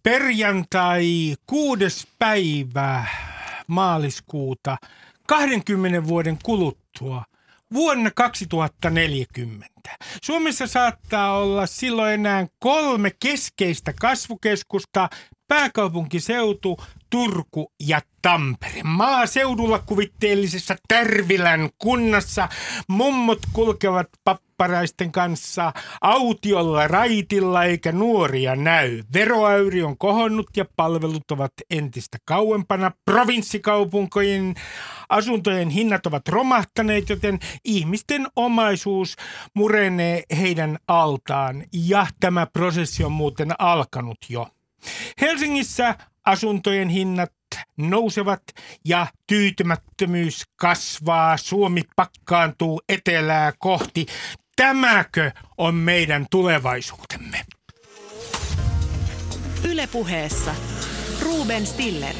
Perjantai 6. päivä maaliskuuta 20 vuoden kuluttua vuonna 2040. Suomessa saattaa olla silloin enää 3 keskeistä kasvukeskusta: pääkaupunkiseutu, Turku ja Tampere. Maaseudulla kuvitteellisessa Tärvilän kunnassa mummot kulkevat papparaisten kanssa autiolla raitilla eikä nuoria näy. Veroäyri on kohonnut ja palvelut ovat entistä kauempana. Provinssikaupunkien asuntojen hinnat ovat romahtaneet, joten ihmisten omaisuus murenee heidän altaan. Ja tämä prosessi on muuten alkanut jo. Helsingissä asuntojen hinnat nousevat ja tyytymättömyys kasvaa. Suomi pakkaantuu etelää kohti. Tämäkö on meidän tulevaisuutemme? Yle Puheessa Ruben Stiller.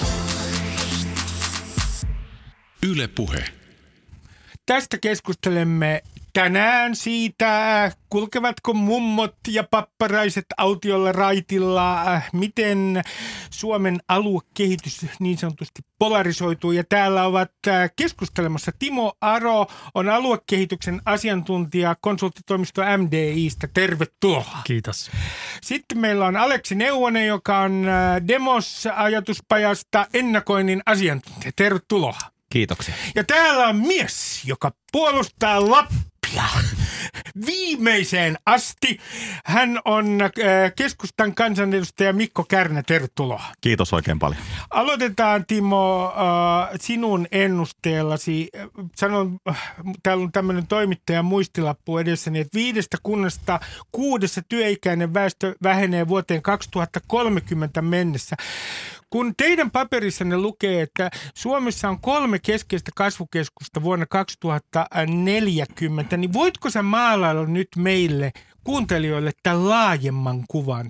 Yle Puhe. Tästä keskustelemme tänään siitä, kulkevatko mummot ja papparaiset autiolla raitilla, miten Suomen aluekehitys niin sanotusti polarisoituu. Ja täällä ovat keskustelemassa Timo Aro, on aluekehityksen asiantuntija konsulttitoimisto MDI:stä. Tervetuloa. Kiitos. Sitten meillä on Aleksi Neuvonen, joka on Demos-ajatuspajasta ennakoinnin asiantuntija. Tervetuloa. Kiitoksia. Ja täällä on mies, joka puolustaa Lappia viimeiseen asti. Hän on keskustan kansanedustaja Mikko Kärnä. Tervetuloa. Kiitos oikein paljon. Aloitetaan, Timo, sinun ennusteellasi. Sanon, täällä on tämmöinen toimittajan muistilappu edessäni, että 5 kunnasta 6 työikäinen väestö vähenee vuoteen 2030 mennessä. Kun teidän paperissanne lukee, että Suomessa on 3 keskeistä kasvukeskusta vuonna 2040, niin voitko sä maalailla nyt meille kuuntelijoille tämän laajemman kuvan,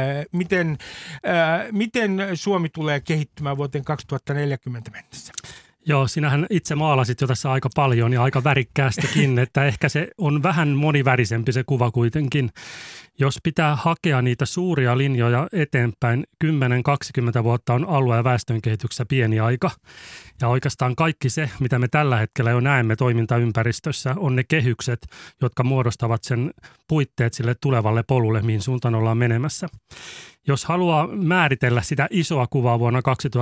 miten Suomi tulee kehittymään vuoteen 2040 mennessä? Joo, sinähän itse maalasit jo tässä aika paljon ja aika värikkäästikin, että ehkä se on vähän monivärisempi se kuva kuitenkin. Jos pitää hakea niitä suuria linjoja eteenpäin, 10-20 vuotta on alue- ja väestönkehityksessä pieni aika. Ja oikeastaan kaikki se, mitä me tällä hetkellä jo näemme toimintaympäristössä, on ne kehykset, jotka muodostavat sen puitteet sille tulevalle polulle, mihin suuntaan ollaan menemässä. Jos haluaa määritellä sitä isoa kuvaa vuonna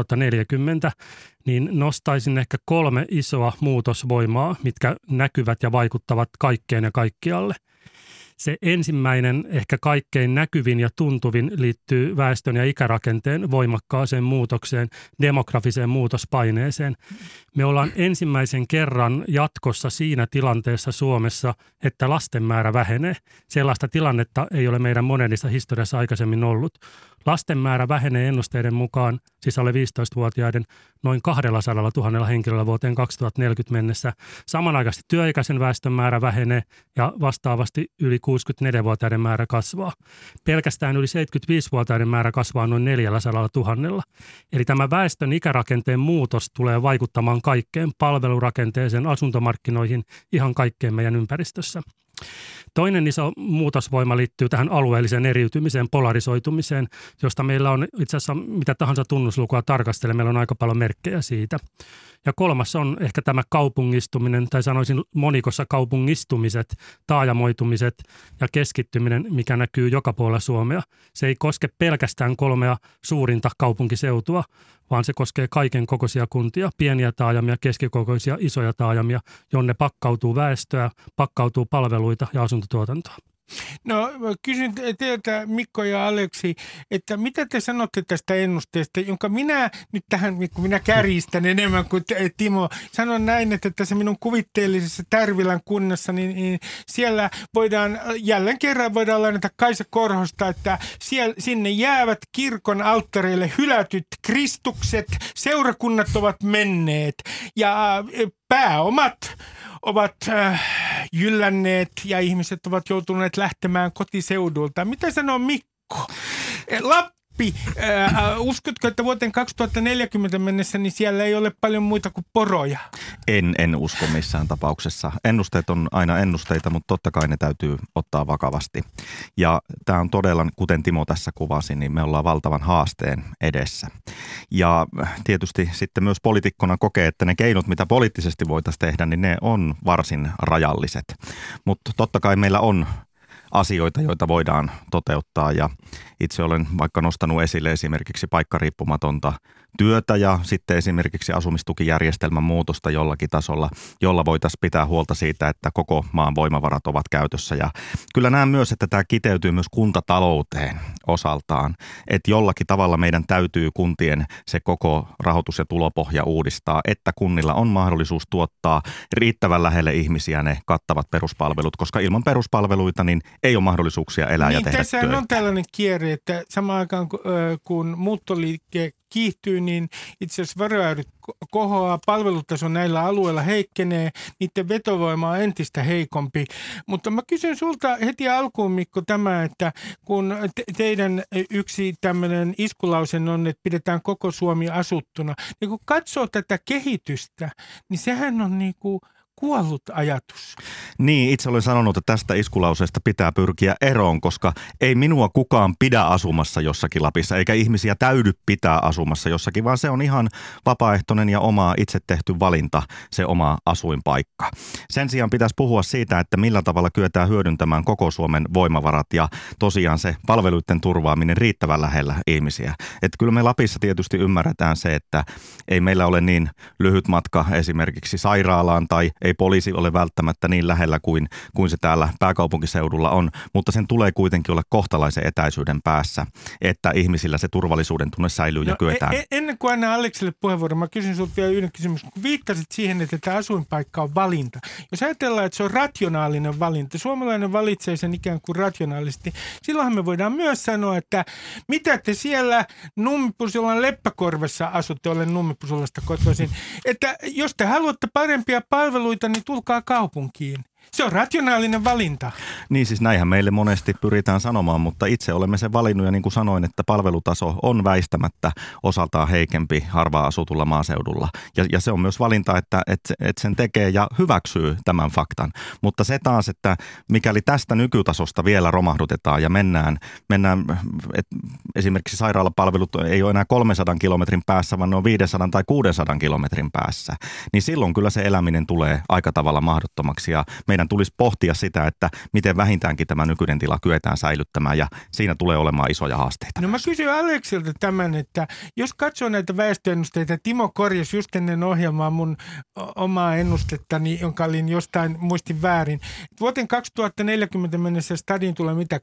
2040, niin nostaisin ehkä 3 isoa muutosvoimaa, mitkä näkyvät ja vaikuttavat kaikkeen ja kaikkialle. Se ensimmäinen, ehkä kaikkein näkyvin ja tuntuvin liittyy väestön ja ikärakenteen voimakkaaseen muutokseen, demografiseen muutospaineeseen. Me ollaan ensimmäisen kerran jatkossa siinä tilanteessa Suomessa, että lasten määrä vähenee. Sellaista tilannetta ei ole meidän modernissa historiassa aikaisemmin ollut. Lasten määrä vähenee ennusteiden mukaan, siis alle 15-vuotiaiden, noin 200 000 henkilöllä vuoteen 2040 mennessä. Samanaikaisesti työikäisen väestön määrä vähenee ja vastaavasti yli 64-vuotiaiden määrä kasvaa. Pelkästään yli 75-vuotiaiden määrä kasvaa noin 400 000. Eli tämä väestön ikärakenteen muutos tulee vaikuttamaan kaikkeen palvelurakenteeseen, asuntomarkkinoihin, ihan kaikkeen meidän ympäristössä. Toinen iso muutosvoima liittyy tähän alueelliseen eriytymiseen, polarisoitumiseen, josta meillä on itse asiassa mitä tahansa tunnuslukua tarkastella, meillä on aika paljon merkkejä siitä. Ja kolmas on ehkä tämä kaupungistuminen, tai sanoisin monikossa kaupungistumiset, taajamoitumiset ja keskittyminen, mikä näkyy joka puolella Suomea. Se ei koske pelkästään 3 suurinta kaupunkiseutua, vaan se koskee kaiken kokoisia kuntia, pieniä taajamia, keskikokoisia, isoja taajamia, jonne pakkautuu väestöä, pakkautuu palveluita ja asuntotuotantoa. No kysyn teiltä, Mikko ja Aleksi, että mitä te sanotte tästä ennusteesta, jonka minä nyt tähän, kun minä kärjistän enemmän kuin Timo, sanon näin, että tässä minun kuvitteellisessa Tärvilän kunnassa, niin siellä jälleen kerran voidaan lainata Kaisa Korhosta, että sinne jäävät kirkon alttareille hylätyt kristukset, seurakunnat ovat menneet ja pääomat ovat jyllänneet ja ihmiset ovat joutuneet lähtemään kotiseudulta. Mitä sanoo Mikko? Lappi Lappi, uskotko, että vuoteen 2040 mennessä niin siellä ei ole paljon muita kuin poroja? En usko missään tapauksessa. Ennusteet on aina ennusteita, mutta totta kai ne täytyy ottaa vakavasti. Ja tämä on todella, kuten Timo tässä kuvasi, niin me ollaan valtavan haasteen edessä. Ja tietysti sitten myös poliitikkona kokee, että ne keinot, mitä poliittisesti voitaisiin tehdä, niin ne on varsin rajalliset. Mutta totta kai meillä on asioita, joita voidaan toteuttaa ja itse olen vaikka nostanut esille esimerkiksi paikkariippumatonta työtä ja sitten esimerkiksi asumistukijärjestelmän muutosta jollakin tasolla, jolla voitaisiin pitää huolta siitä, että koko maan voimavarat ovat käytössä. Ja kyllä näen myös, että tämä kiteytyy myös kuntatalouteen osaltaan, että jollakin tavalla meidän täytyy kuntien se koko rahoitus- ja tulopohja uudistaa, että kunnilla on mahdollisuus tuottaa riittävän lähelle ihmisiä ne kattavat peruspalvelut, koska ilman peruspalveluita niin ei ole mahdollisuuksia elää ja tehdä tässä töitä. On tällainen kierre, että samaan aikaan kun muuttoliike kiihtyy, niin itse asiassa veroäyrit kohoaa, palvelutaso näillä alueilla heikkenee, niiden vetovoima on entistä heikompi. Mutta mä kysyn sulta heti alkuun, Mikko, tämä, että kun teidän yksi tämmöinen iskulausen on, että pidetään koko Suomi asuttuna, niin kun katsoo tätä kehitystä, niin sehän on niin kuin kuollut ajatus. Niin, itse olen sanonut, että tästä iskulauseesta pitää pyrkiä eroon, koska ei minua kukaan pidä asumassa jossakin Lapissa, eikä ihmisiä täydy pitää asumassa jossakin, vaan se on ihan vapaaehtoinen ja oma itse tehty valinta, se oma asuinpaikka. Sen sijaan pitäisi puhua siitä, että millä tavalla kyetään hyödyntämään koko Suomen voimavarat ja tosiaan se palveluiden turvaaminen riittävän lähellä ihmisiä. Että kyllä me Lapissa tietysti ymmärretään se, että ei meillä ole niin lyhyt matka esimerkiksi sairaalaan tai ei poliisi ole välttämättä niin lähellä kuin se täällä pääkaupunkiseudulla on, mutta sen tulee kuitenkin olla kohtalaisen etäisyyden päässä, että ihmisillä se turvallisuuden tunne säilyy ja kyetään. Ennen kuin annan Aleksille puheenvuoron, mä kysyn sinulta vielä yhden kysymyksen. Kun viittasit siihen, että tämä asuinpaikka on valinta. Jos ajatellaan, että se on rationaalinen valinta, suomalainen valitsee sen ikään kuin rationaalisesti, silloinhan me voidaan myös sanoa, että mitä te siellä Nummipusolan Leppäkorvessa asutte, olen Nummipusolasta kotoisin, että jos te haluatte parempia palveluita, niin tulkaa kaupunkiin. Se on rationaalinen valinta. Niin siis näinhän meille monesti pyritään sanomaan, mutta itse olemme sen valinnut ja niin kuin sanoin, että palvelutaso on väistämättä osaltaan heikempi harvaan asutulla maaseudulla. Ja se on myös valinta, että sen tekee ja hyväksyy tämän faktan. Mutta se taas, että mikäli tästä nykytasosta vielä romahdutetaan ja mennään että esimerkiksi sairaalapalvelut ei ole enää 300 kilometrin päässä, vaan ne on 500 tai 600 kilometrin päässä, niin silloin kyllä se eläminen tulee aika tavalla mahdottomaksi ja meidän tulisi pohtia sitä, että miten vähintäänkin tämä nykyinen tila kyetään säilyttämään ja siinä tulee olemaan isoja haasteita. No mä kysyn Aleksilta tämän, että jos katsoo näitä väestöennusteita, Timo korjasi just ennen ohjelmaa mun omaa ennustettani, jonka olin jostain muistin väärin. Vuoteen 2040 mennessä stadiin tulee mitä?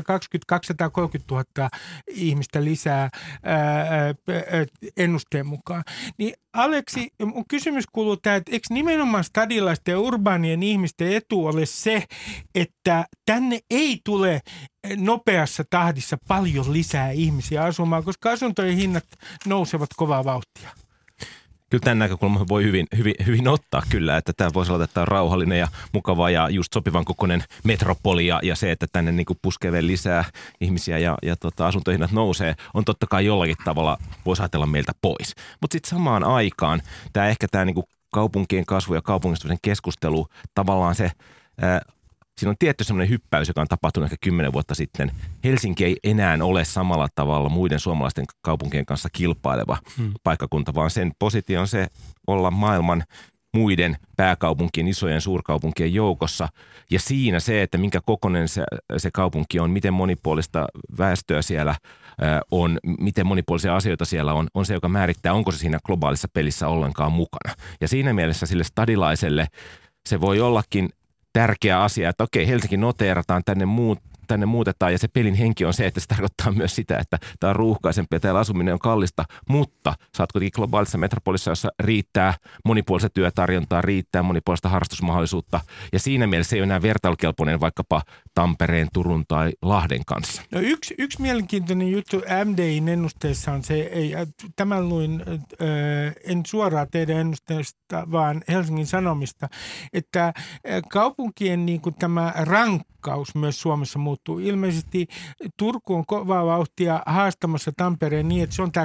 220-230 000 ihmistä lisää ennusteen mukaan. Niin Aleksi, mun kysymys kuuluu tämä, että eikö nimenomaan stadilaisten ja urbaanien ihmisten etu ole se, että tänne ei tule nopeassa tahdissa paljon lisää ihmisiä asumaan, koska asuntojen hinnat nousevat kovaa vauhtia? Kyllä tämän näkökulman voi hyvin ottaa kyllä, että tämä voisi olla, että tämä on rauhallinen ja mukava ja just sopivan kokoinen metropoli ja se, että tänne niin kuin puskee lisää ihmisiä ja asuntohinnat nousee, on totta kai jollakin tavalla, voisi ajatella meiltä pois. Mutta sitten samaan aikaan tämä niin kuin kaupunkien kasvu ja kaupungistumisen keskustelu, tavallaan se siinä on tietty sellainen hyppäys, joka on tapahtunut ehkä 10 vuotta sitten. Helsinki ei enää ole samalla tavalla muiden suomalaisten kaupunkien kanssa kilpaileva paikkakunta, vaan sen positio on se olla maailman muiden pääkaupunkien, isojen suurkaupunkien joukossa. Ja siinä se, että minkä kokoinen se kaupunki on, miten monipuolista väestöä siellä on, miten monipuolisia asioita siellä on se, joka määrittää, onko se siinä globaalissa pelissä ollenkaan mukana. Ja siinä mielessä sille stadilaiselle se voi ollakin tärkeä asia, että okei, Helsinki noteerataan, tänne muutetaan ja se pelin henki on se, että se tarkoittaa myös sitä, että tämä on ruuhkaisempi ja täällä asuminen on kallista, mutta sä oot kuitenkin globaalissa metropolissa, jossa riittää monipuolista työtarjontaa, riittää monipuolista harrastusmahdollisuutta ja siinä mielessä ei ole enää vertailukelpoinen vaikkapa Tampereen, Turun tai Lahden kanssa. No yksi mielenkiintoinen juttu MDI:n ennusteessa on se, tämän luin en suoraan teidän ennusteesta, vaan Helsingin Sanomista, että kaupunkien niin kuin tämä rankka rakkaus myös Suomessa muuttuu. Ilmeisesti Turku on kovaa vauhtia haastamassa Tampereen niin, että se on tämä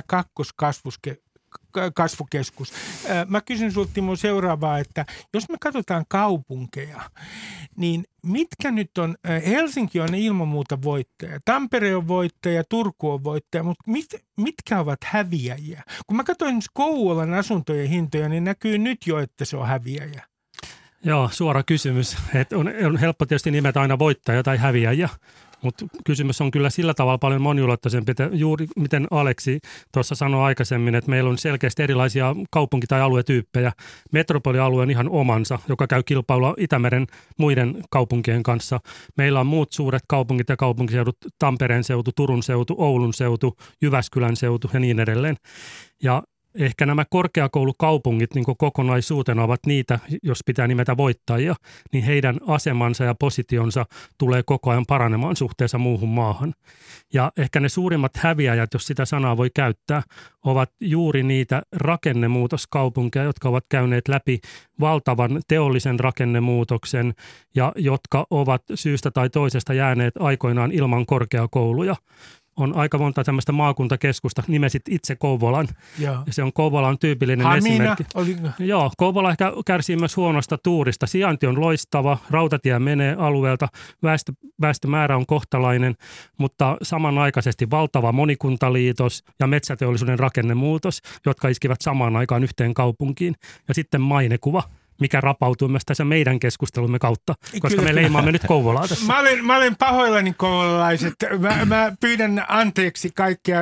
kasvukeskus. Mä kysyn sulta, Timo, seuraavaa, että jos me katsotaan kaupunkeja, niin mitkä nyt on, Helsinki on ilman muuta voittaja, Tampere on voittaja, Turku on voittaja, mutta mitkä ovat häviäjiä? Kun mä katsoin esimerkiksi Kouvolan asuntojen hintoja, niin näkyy nyt jo, että se on häviäjä. Joo, suora kysymys. On helppo tietysti nimetä aina voittaja tai häviäjä, mutta kysymys on kyllä sillä tavalla paljon moniulotteisempi, että juuri miten Aleksi tuossa sanoi aikaisemmin, että meillä on selkeästi erilaisia kaupunki- tai aluetyyppejä. Metropolialue on ihan omansa, joka käy kilpailua Itämeren muiden kaupunkien kanssa. Meillä on muut suuret kaupungit ja kaupunkiseudut, Tampereen seutu, Turun seutu, Oulun seutu, Jyväskylän seutu ja niin edelleen. Ja ehkä nämä korkeakoulukaupungit niin kokonaisuutena ovat niitä, jos pitää nimetä voittajia, niin heidän asemansa ja positionsa tulee koko ajan paranemaan suhteessa muuhun maahan. Ja ehkä ne suurimmat häviäjät, jos sitä sanaa voi käyttää, ovat juuri niitä rakennemuutoskaupunkeja, jotka ovat käyneet läpi valtavan teollisen rakennemuutoksen ja jotka ovat syystä tai toisesta jääneet aikoinaan ilman korkeakouluja. On aika monta tämmöistä maakuntakeskusta, nimesit itse Kouvolan. Joo. Ja se on Kouvolan tyypillinen esimerkki. Joo, Kouvola ehkä kärsii myös huonosta tuurista. Sijainti on loistava, rautatie menee alueelta, väestömäärä on kohtalainen, mutta samanaikaisesti valtava monikuntaliitos ja metsäteollisuuden rakennemuutos, jotka iskivät samaan aikaan yhteen kaupunkiin. Ja sitten mainekuva, mikä rapautuu myös tässä meidän keskustelumme kautta, koska kyllä, me leimaamme nyt Kouvolaa tässä. Mä olen pahoillani kouvolalaiset. Mä pyydän anteeksi kaikkea.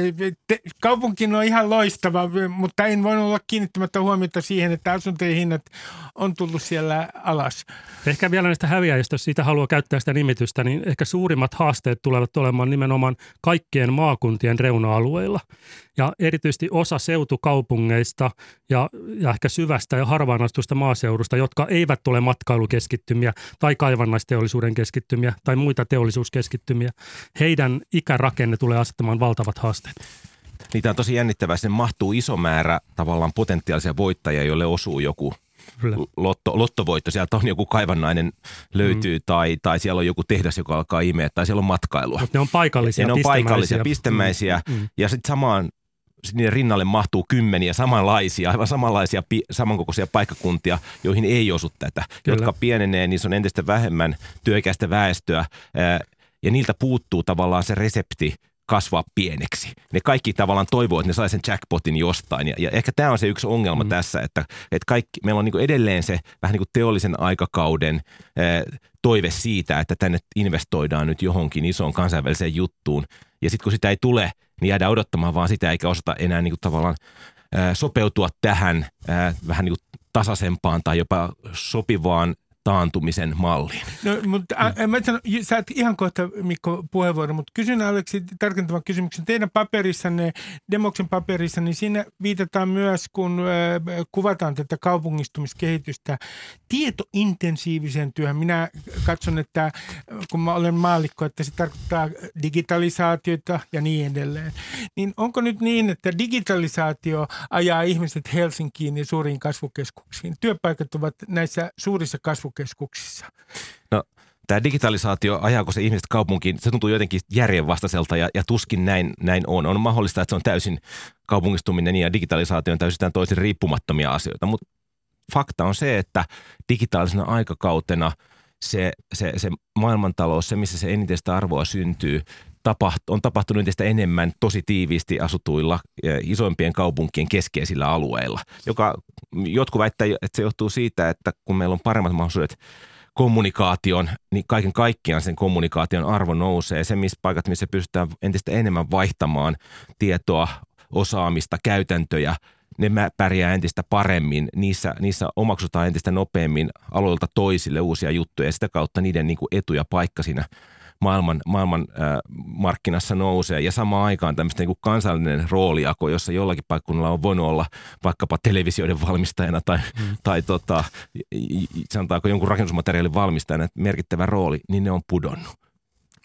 Kaupunki on ihan loistava, mutta en voinut olla kiinnittämättä huomiota siihen, että asuntojen hinnat on tullut siellä alas. Ehkä vielä näistä häviäjistä, jos siitä haluaa käyttää sitä nimitystä, niin ehkä suurimmat haasteet tulevat olemaan nimenomaan kaikkien maakuntien reuna-alueilla. Ja erityisesti osa seutukaupungeista ja ehkä syvästä ja harvaanastusta maaseudusta, jotka eivät ole matkailukeskittymiä tai kaivannaisteollisuuden keskittymiä tai muita teollisuuskeskittymiä. Heidän ikärakenne tulee asettamaan valtavat haasteet. Niitä on tosi jännittävää. Sinne mahtuu iso määrä tavallaan potentiaalisia voittajia, joille osuu joku lottovoitto. Sieltä on joku kaivannainen löytyy tai siellä on joku tehdas, joka alkaa imeä tai siellä on matkailua. Mutta ne on paikallisia, ne on paikallisia, pistemäisiä ja sitten niiden rinnalle mahtuu kymmeniä samanlaisia, aivan samanlaisia samankokoisia paikkakuntia, joihin ei osu tätä, jotka pienenee, niin se on entistä vähemmän työikäistä väestöä ja niiltä puuttuu tavallaan se resepti kasvaa pieneksi. Ne kaikki tavallaan toivoo, että ne sai sen jackpotin jostain. Ja ehkä tämä on se yksi ongelma tässä, että meillä on niinku edelleen se vähän niin kuin teollisen aikakauden toive siitä, että tänne investoidaan nyt johonkin isoon kansainväliseen juttuun. Ja sitten kun sitä ei tule, niin jäädään odottamaan vaan sitä, eikä osata enää niinku tavallaan sopeutua tähän vähän niin kuin tasaisempaan tai jopa sopivaan taantumisen malliin. No, mutta mä sanon, sä et ihan kohta, Mikko, puheenvuoro, mutta kysyn Aleksi tarkentavan kysymyksen. Teidän paperissanne, Demoksen paperissa, niin siinä viitataan myös, kun kuvataan tätä kaupungistumiskehitystä, tietointensiiviseen työhön. Minä katson, että kun mä olen maallikko, että se tarkoittaa digitalisaatiota ja niin edelleen. Niin onko nyt niin, että digitalisaatio ajaa ihmiset Helsinkiin ja suuriin kasvukeskuksiin? Työpaikat ovat näissä suurissa kasvukeskuksissa. No, tämä digitalisaatio, ajaako se ihmiset kaupunkiin, se tuntuu jotenkin järjenvastaiselta ja tuskin näin on. On mahdollista, että se on täysin kaupungistuminen ja digitalisaatio on täysin toisin riippumattomia asioita, mutta fakta on se, että digitaalisena aikakautena se maailmantalous, se missä se eniten sitä arvoa syntyy, on tapahtunut entistä enemmän tosi tiiviisti asutuilla isoimpien kaupunkien keskeisillä alueilla, jotkut väittää, että se johtuu siitä, että kun meillä on paremmat mahdollisuudet kommunikaation, niin kaiken kaikkiaan sen kommunikaation arvo nousee. Se, paikat, missä pystytään entistä enemmän vaihtamaan tietoa, osaamista, käytäntöjä, ne pärjää entistä paremmin. Niissä omaksutaan entistä nopeammin alueelta toisille uusia juttuja ja sitä kautta niiden niin kuin etu ja paikka siinä maailman markkinassa nousee ja samaan aikaan tämmöistä niin kuin kansallinen roolijako, jossa jollakin paikkakunnalla on voinut olla vaikkapa televisioiden valmistajana tai sanotaanko jonkun rakennusmateriaalin valmistajana merkittävä rooli, niin ne on pudonnut.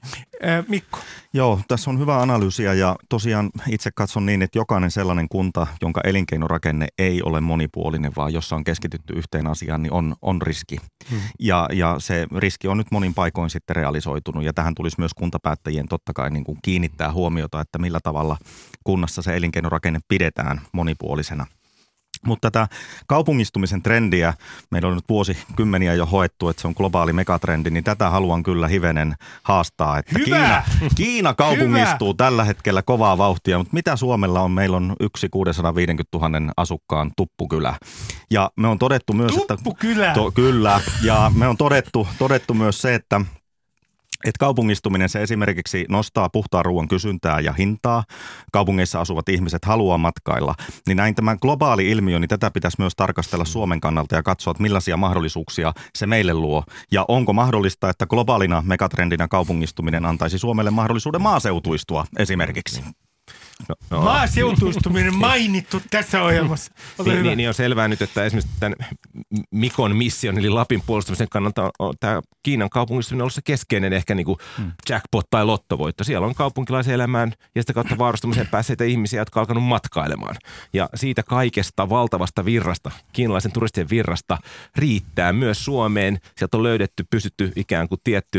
Mikko. Joo, tässä on hyvä analyysiä ja tosiaan itse katson niin, että jokainen sellainen kunta, jonka elinkeinorakenne ei ole monipuolinen, vaan jossa on keskitytty yhteen asiaan, niin on riski. Ja se riski on nyt monin paikoin sitten realisoitunut ja tähän tulisi myös kuntapäättäjien totta kai niin kuin kiinnittää huomiota, että millä tavalla kunnassa se elinkeinorakenne pidetään monipuolisena. Mutta tätä kaupungistumisen trendiä, meillä on nyt vuosikymmeniä jo hoettu, että se on globaali megatrendi, niin tätä haluan kyllä hivenen haastaa. Että Kiina kaupungistuu tällä hetkellä kovaa vauhtia, mutta mitä Suomella on? Meillä on 650 000 asukkaan tuppukylä. Ja me on todettu myös, tuppukylä? Kyllä, ja me on todettu myös se, että kaupungistuminen se esimerkiksi nostaa puhtaan ruoan kysyntää ja hintaa. Kaupungeissa asuvat ihmiset haluaa matkailla. Niin näin tämä globaali ilmiö, niin tätä pitäisi myös tarkastella Suomen kannalta ja katsoa, että millaisia mahdollisuuksia se meille luo. Ja onko mahdollista, että globaalina megatrendinä kaupungistuminen antaisi Suomelle mahdollisuuden maaseutuistua esimerkiksi? Maaseutuistuminen mainittu tässä ohjelmassa. Niin on selvää nyt, että esimerkiksi tämän Mikon mission eli Lapin puolustamisen kannalta on tämä Kiinan kaupungistuminen ollut se keskeinen ehkä niin kuin jackpot tai lottovoitto. Siellä on kaupunkilaiselämään ja sitä kautta vaarustamiseen päässeitä ihmisiä, jotka on alkanut matkailemaan. Ja siitä kaikesta valtavasta virrasta, kiinalaisen turistien virrasta, riittää myös Suomeen. Sieltä on pystytty ikään kuin tietty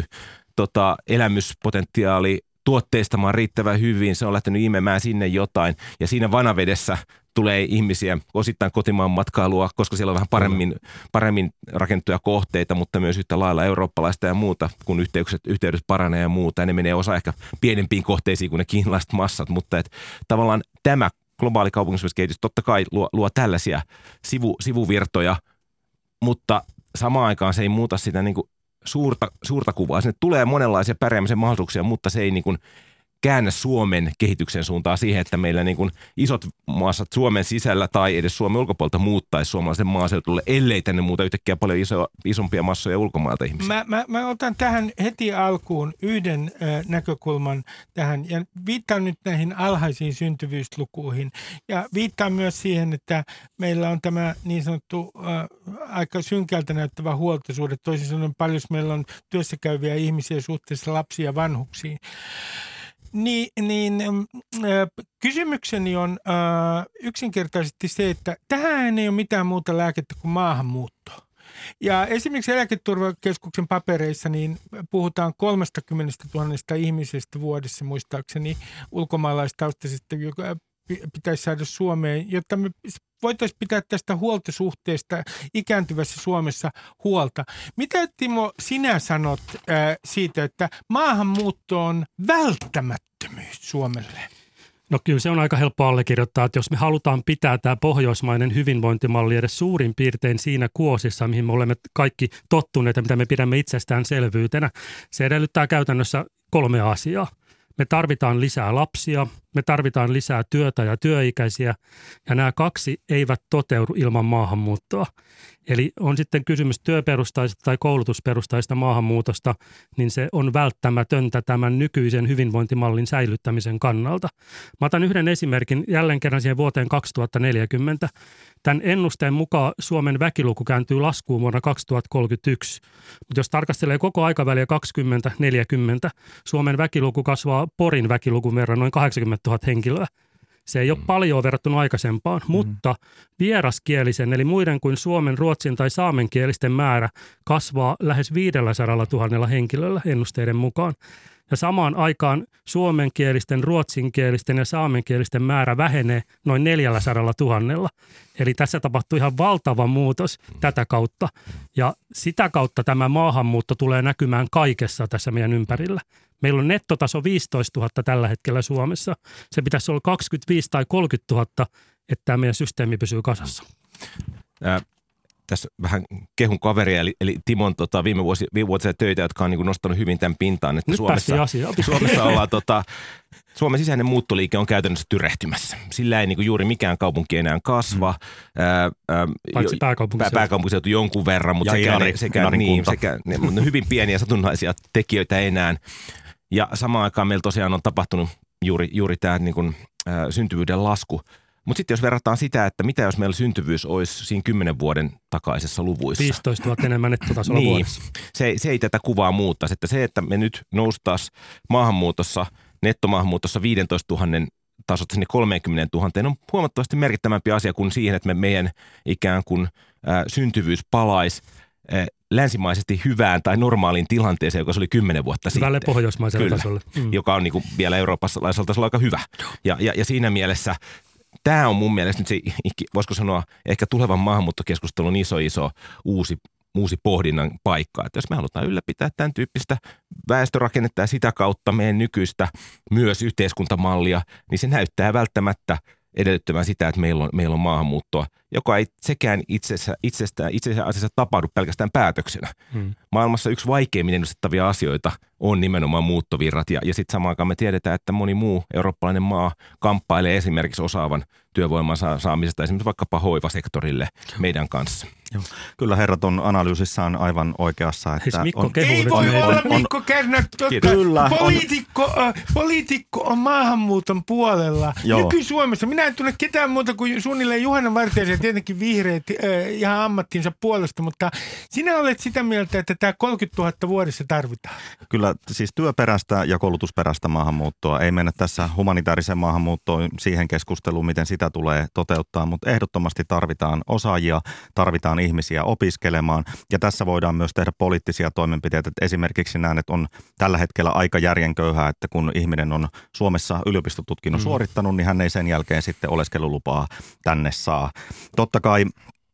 elämyspotentiaali tuotteistamaan riittävän hyvin, se on lähtenyt imemään sinne jotain ja siinä vanavedessä tulee ihmisiä osittain kotimaan matkailua, koska siellä on vähän paremmin rakennettuja kohteita, mutta myös yhtä lailla eurooppalaista ja muuta, kun yhteydet paranee ja muuta. Ja ne menee osa ehkä pienempiin kohteisiin kuin ne kiinalaiset massat, mutta tavallaan tämä globaali kaupungistumiskehitys totta kai luo tällaisia sivuvirtoja, mutta samaan aikaan se ei muuta sitä niin kuin suurta kuvaa. Sinne tulee monenlaisia pärjäämisen mahdollisuuksia, mutta se ei niin kuin käännä Suomen kehityksen suuntaan siihen, että meillä niin kuin isot massat Suomen sisällä tai edes Suomen ulkopuolelta muuttaisi suomalaisen maaseutulle, ellei tänne muuta yhtäkkiä paljon isompia massoja ulkomailta ihmisiä. Mä otan tähän heti alkuun yhden näkökulman tähän ja viittaan nyt näihin alhaisiin syntyvyyslukuihin ja viittaan myös siihen, että meillä on tämä niin sanottu aika synkältä näyttävä huoltosuhde. Toisin sanoen paljon meillä on työssä käyviä ihmisiä suhteessa lapsiin ja vanhuksiin. Kysymykseni on yksinkertaisesti se, että tähän ei ole mitään muuta lääkettä kuin maahanmuutto. Ja esimerkiksi Eläketurvakeskuksen papereissa niin puhutaan 30 000 ihmisestä vuodessa muistaakseni ulkomaalaistaustaisista, joka pitäisi saada Suomeen, jotta me voitaisiin pitää tästä huoltosuhteesta ikääntyvässä Suomessa huolta. Mitä Timo sinä sanot siitä, että maahanmuutto on välttämättömyys Suomelle? No kyllä se on aika helppo allekirjoittaa, että jos me halutaan pitää tämä pohjoismainen hyvinvointimalli edes suurin piirtein siinä kuosissa, mihin me olemme kaikki tottuneet ja mitä me pidämme itsestäänselvyytenä, se edellyttää käytännössä 3 asiaa. Me tarvitaan lisää lapsia, me tarvitaan lisää työtä ja työikäisiä ja nämä 2 eivät toteudu ilman maahanmuuttoa. Eli on sitten kysymys työperustaisesta tai koulutusperustaisesta maahanmuutosta, niin se on välttämätöntä tämän nykyisen hyvinvointimallin säilyttämisen kannalta. Mä otan yhden esimerkin jälleen kerran siihen vuoteen 2040. Tämän ennusteen mukaan Suomen väkiluku kääntyy laskuun vuonna 2031. Mutta jos tarkastelee koko aikaväliä 2040, Suomen väkiluku kasvaa Porin väkilukun verran noin 80 000 henkilöä. Se ei ole paljon verrattuna aikaisempaan, mutta vieraskielisen eli muiden kuin suomen, ruotsin tai saamenkielisten määrä kasvaa lähes 500 000 henkilöllä ennusteiden mukaan. Ja samaan aikaan suomenkielisten, ruotsinkielisten ja saamenkielisten määrä vähenee noin 400 000. Eli tässä tapahtuu ihan valtava muutos tätä kautta. Ja sitä kautta tämä maahanmuutto tulee näkymään kaikessa tässä meidän ympärillä. Meillä on nettotaso 15 000 tällä hetkellä Suomessa. Se pitäisi olla 25 tai 30 000, että tämä meidän systeemi pysyy kasassa. Tässä vähän kehun kaveria, eli Timon viimevuotisia töitä, jotka on niin nostanut hyvin tämän pintaan. Että nyt Suomessa ollaan Suomen sisäinen muuttoliike on käytännössä tyrehtymässä. Sillä ei niin juuri mikään kaupunki enää kasva. Paitsi pääkaupunkiseutu jonkun verran, mutta sekä hyvin pieniä satunnaisia tekijöitä enää. Ja samaan aikaan meillä tosiaan on tapahtunut juuri tämä niin kuin, syntyvyyden lasku. Mutta sitten jos verrataan sitä, että mitä jos meillä syntyvyys olisi siinä 10 vuoden takaisessa luvuissa. 15 000 enemmän nettotasolla niin, vuodessa. Se ei tätä kuvaa muuttaisi. Että se, että me nyt noustaisiin nettomaahanmuutossa 15 000 tasot sinne 30 000 on huomattavasti merkittävämpi asia kuin siihen, että meidän ikään kuin syntyvyys palaisi länsimaisesti hyvään tai normaaliin tilanteeseen, joka se oli 10 vuotta sitten. Hyvälle pohjoismaiselle tasolle. Joka on niin kuin vielä eurooppalaisella tasolla aika hyvä. Ja siinä mielessä tämä on mun mielestä nyt se, voisiko sanoa, ehkä tulevan maahanmuuttokeskustelun iso uusi pohdinnan paikka. Että jos me halutaan ylläpitää tämän tyyppistä väestörakennetta ja sitä kautta meidän nykyistä myös yhteiskuntamallia, niin se näyttää välttämättä edellyttämään sitä, että meillä on maahanmuuttoa, joka ei sekään itse asiassa tapahdu pelkästään päätöksenä. Maailmassa yksi vaikeimmin ennustettavia asioita on nimenomaan muuttovirrat, ja sitten samaan aikaan me tiedetään, että moni muu eurooppalainen maa kamppailee esimerkiksi osaavan työvoiman saamisesta esimerkiksi vaikkapa hoivasektorille meidän kanssa. Joo. Kyllä herrat on analyysissaan aivan oikeassa. Että ei voi olla Mikko Kärnä, poliitikko on maahanmuuton puolella. Nyky-Suomessa, minä en tunne ketään muuta kuin suunnilleen Juhana Vartiaisen ja tietenkin vihreät ihan ammattinsa puolesta, mutta sinä olet sitä mieltä, että tämä 30 000 vuodessa tarvitaan. Kyllä siis työperäistä ja koulutusperäistä maahanmuuttoa ei mennä tässä humanitaariseen maahanmuuttoon siihen keskusteluun, miten sitä tulee toteuttaa, mutta ehdottomasti tarvitaan osaajia, tarvitaan ihmisiä opiskelemaan ja tässä voidaan myös tehdä poliittisia toimenpiteitä. Esimerkiksi näen, että on tällä hetkellä aika järjenköyhää, että kun ihminen on Suomessa yliopistotutkinnon suorittanut, niin hän ei sen jälkeen sitten oleskelulupaa tänne saa. Totta kai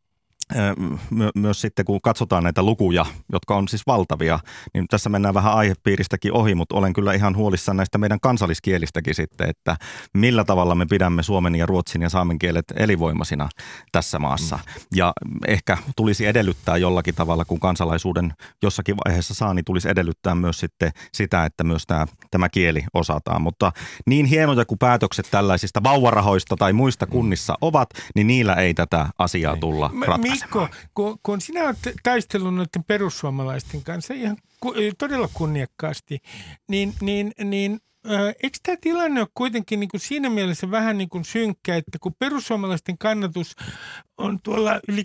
myös sitten kun katsotaan näitä lukuja, jotka on siis valtavia, niin tässä mennään vähän aihepiiristäkin ohi, mutta olen kyllä ihan huolissaan näistä meidän kansalliskielistäkin sitten, että millä tavalla me pidämme suomen ja ruotsin ja saamen kielet elinvoimaisina tässä maassa. Ja ehkä tulisi edellyttää jollakin tavalla, kun kansalaisuuden jossakin vaiheessa saa, niin tulisi edellyttää myös sitten sitä, että myös tämä kieli osataan. Mutta niin hienoja kuin päätökset tällaisista vauvarahoista tai muista kunnissa ovat, niin niillä ei tätä asiaa tulla ratkaisemaan. Mikko, kun sinä olet taistellut noiden perussuomalaisten kanssa ihan todella kunniakkaasti, niin eikö tämä tilanne ole kuitenkin niin kuin siinä mielessä vähän niin kuin synkkä, että kun perussuomalaisten kannatus on tuolla yli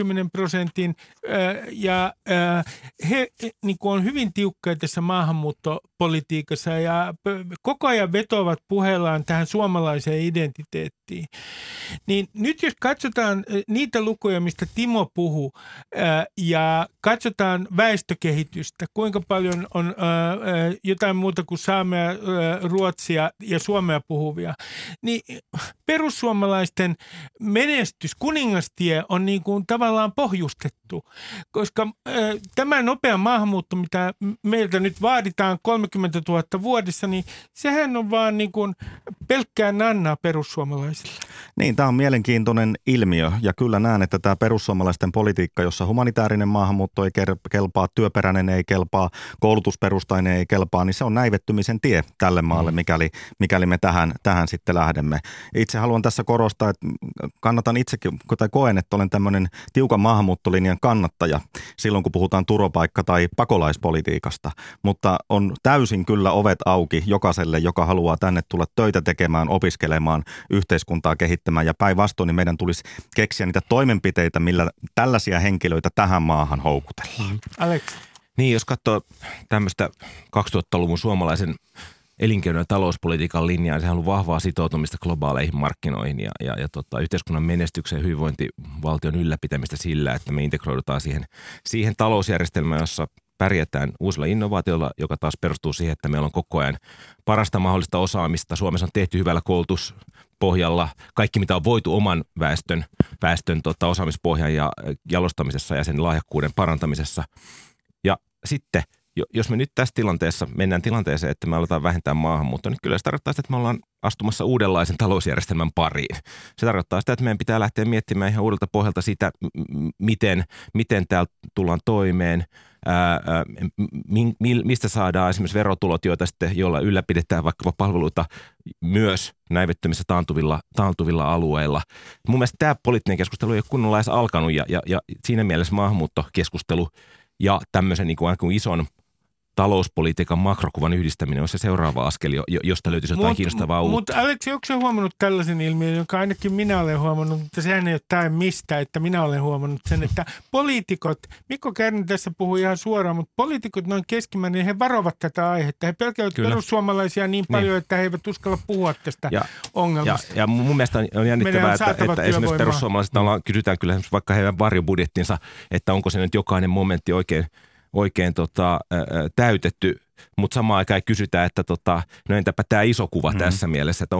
20% ja he niin kuin on hyvin tiukkoja tässä maahanmuuttopolitiikassa ja koko ajan vetoavat puheellaan tähän suomalaiseen identiteettiin. Niin nyt jos katsotaan niitä lukuja, mistä Timo puhuu ja katsotaan väestökehitystä, kuinka paljon on jotain muuta kuin saamea, ruotsia ja suomea puhuvia, niin perussuomalaisten menestys, kuningastie on niin kuin tavallaan pohjustettu, koska tämä nopea maahanmuutto, mitä meiltä nyt vaaditaan 30 000 vuodessa, niin sehän on vaan niin kuin pelkkää nannaa perussuomalaisille. Niin, tämä on mielenkiintoinen ilmiö ja kyllä näen, että tämä perussuomalaisten politiikka, jossa humanitaarinen maahanmuutto ei kelpaa, työperäinen ei kelpaa, koulutusperustainen ei kelpaa, niin se on näivettymisen tie tälle maalle, mikäli me tähän sitten lähdemme. Itse haluan tässä korostaa, että kannatan itsekin, tai koen, että olen tämmöinen tiukan maahanmuuttolinjan kannattaja silloin, kun puhutaan turvapaikka- tai pakolaispolitiikasta, mutta on täysin kyllä ovet auki jokaiselle, joka haluaa tänne tulla töitä tekemään, opiskelemaan, yhteiskuntaa kehittämään ja päinvastoin, niin meidän tulisi keksiä niitä toimenpiteitä, millä tällaisia henkilöitä tähän maahan houkutellaan. Alex. Niin, jos katsoo tämmöistä 2000-luvun suomalaisen elinkeino- ja talouspolitiikan linjaa, sehän on ollut vahvaa sitoutumista globaaleihin markkinoihin ja yhteiskunnan menestykseen ja hyvinvointivaltion ylläpitämistä sillä, että me integroidutaan siihen talousjärjestelmään, jossa pärjätään uusilla innovaatioilla, joka taas perustuu siihen, että meillä on koko ajan parasta mahdollista osaamista. Suomessa on tehty hyvällä koulutuspohjalla kaikki, mitä on voitu oman väestön osaamispohjan ja jalostamisessa ja sen lahjakkuuden parantamisessa. Ja sitten, jos me nyt tässä tilanteessa mennään tilanteeseen, että me aletaan vähentää maahanmuuttoa, niin kyllä se tarkoittaa sitä, että me ollaan astumassa uudenlaisen talousjärjestelmän pariin. Se tarkoittaa sitä, että meidän pitää lähteä miettimään ihan uudelta pohjalta sitä, miten täällä tullaan toimeen, mistä saadaan esimerkiksi verotulot, joilla ylläpidetään vaikkapa palveluita myös näivettymissä taantuvilla alueilla. Mun mielestä tämä poliittinen keskustelu ei ole kunnolla edes alkanut ja siinä mielessä maahanmuuttokeskustelu ja tämmöisen niin kuin ison talouspolitiikan makrokuvan yhdistäminen on se seuraava askel, josta löytyisi jotain kiinnostavaa uutta. Mutta Aleksi, onko sinä huomannut tällaisen ilmiön, jonka ainakin minä olen huomannut, mutta sehän ei ole tai mistä, että minä olen huomannut sen, että poliitikot, Mikko Kärnä tässä puhui ihan suoraan, mutta poliitikot noin keskimäärin, he varovat tätä aihetta. He pelkäävät perussuomalaisia niin paljon, että he eivät uskalla puhua tästä ongelmasta. Ja mun mielestä on jännittävää, että esimerkiksi perussuomalaiset kysytään kyllä vaikka heidän varjobudjettinsa, että onko se nyt jokainen momentti oikein täytetty, mutta samaan aikaan kysytään, että no entäpä tämä iso kuva tässä mielessä, että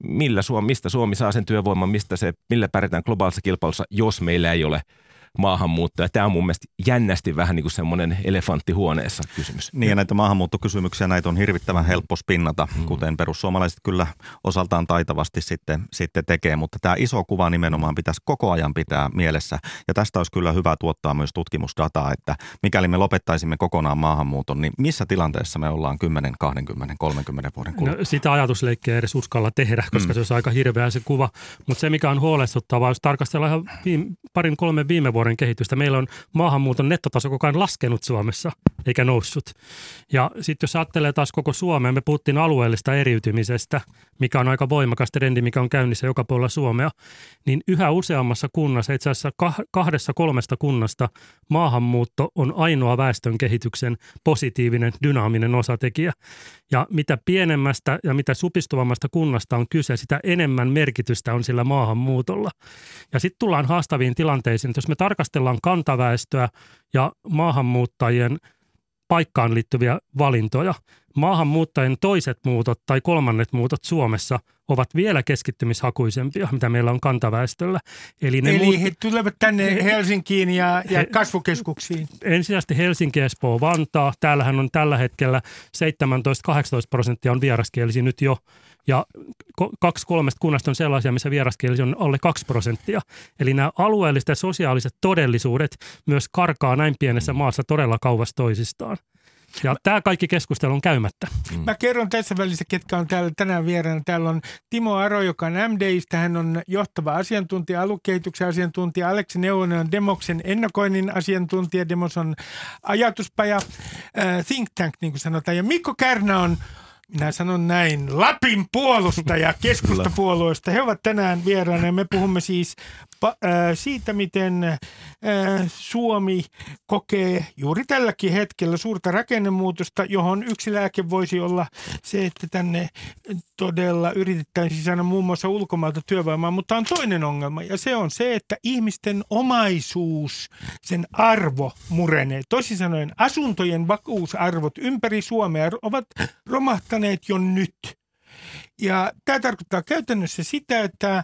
mistä Suomi saa sen työvoiman, millä pärjätään globaalissa kilpailussa, jos meillä ei ole maahanmuuttoa. Tämä on mun mielestä jännästi vähän niin kuin semmoinen elefantti huoneessa kysymys. Niin ja näitä maahanmuuttokysymyksiä, näitä on hirvittävän helppo spinnata, kuten perussuomalaiset kyllä osaltaan taitavasti sitten tekee, mutta tämä iso kuva nimenomaan pitäisi koko ajan pitää mielessä. Ja tästä olisi kyllä hyvä tuottaa myös tutkimusdataa, että mikäli me lopettaisimme kokonaan maahanmuuton, niin missä tilanteessa me ollaan 10, 20, 30 vuoden kuluttua? No, sitä ajatusleikkiä edes uskalla tehdä, koska se olisi aika hirveä se kuva. Mutta se, mikä on huolestuttavaa, jos tarkastellaan ihan 2-3 viime vuoden kehitystä. Meillä on maahanmuuton nettotaso koko ajan laskenut Suomessa, eikä noussut. Ja sitten jos ajattelee taas koko Suomea, me puhuttiin alueellista eriytymisestä, mikä on aika voimakas trendi, mikä on käynnissä joka puolella Suomea, niin yhä useammassa kunnassa, itse asiassa 2-3 kunnasta, maahanmuutto on ainoa väestön kehityksen positiivinen, dynaaminen osatekijä. Ja mitä pienemmästä ja mitä supistuvammasta kunnasta on kyse, sitä enemmän merkitystä on sillä maahanmuutolla. Ja sitten tullaan haastaviin tilanteisiin, että jos me tarkastellaan kantaväestöä ja maahanmuuttajien paikkaan liittyviä valintoja, maahanmuuttajien toiset muutot tai kolmannet muutot Suomessa ovat vielä keskittymishakuisempia, mitä meillä on kantaväestöllä. Eli he tulevat tänne Helsinkiin ja kasvukeskuksiin. Ensisijaisesti Helsinki, Espoo, Vantaa. Täällähän on tällä hetkellä 17-18% on vieraskielisiä nyt jo. Ja 2-3 kunnasta on sellaisia, missä vieraskielisiä on alle 2%. Eli nämä alueelliset ja sosiaaliset todellisuudet myös karkaa näin pienessä maassa todella kauas toisistaan. Ja tämä kaikki keskustelu on käymättä. Mä kerron tässä välissä, ketkä on täällä tänään vieraana. Täällä on Timo Aro, joka on MDIstä. Hän on johtava asiantuntija, aluekehityksen asiantuntija. Aleksi Neuvonen on Demoksen ennakoinnin asiantuntija. Demos on ajatuspaja, think tank, niin kuin sanotaan. Ja Mikko Kärnä on, minä sanon näin, Lapin puolustaja keskustapuolueesta. He ovat tänään vieraana ja me puhumme siis siitä, miten Suomi kokee juuri tälläkin hetkellä suurta rakennemuutosta, johon yksi lääke voisi olla se, että tänne todella yritettäisiin saada muun muassa ulkomailta työvoimaa, mutta on toinen ongelma ja se on se, että ihmisten omaisuus, sen arvo murenee. Toisin sanoen asuntojen vakuusarvot ympäri Suomea ovat romahtaneet jo nyt. Ja tämä tarkoittaa käytännössä sitä, että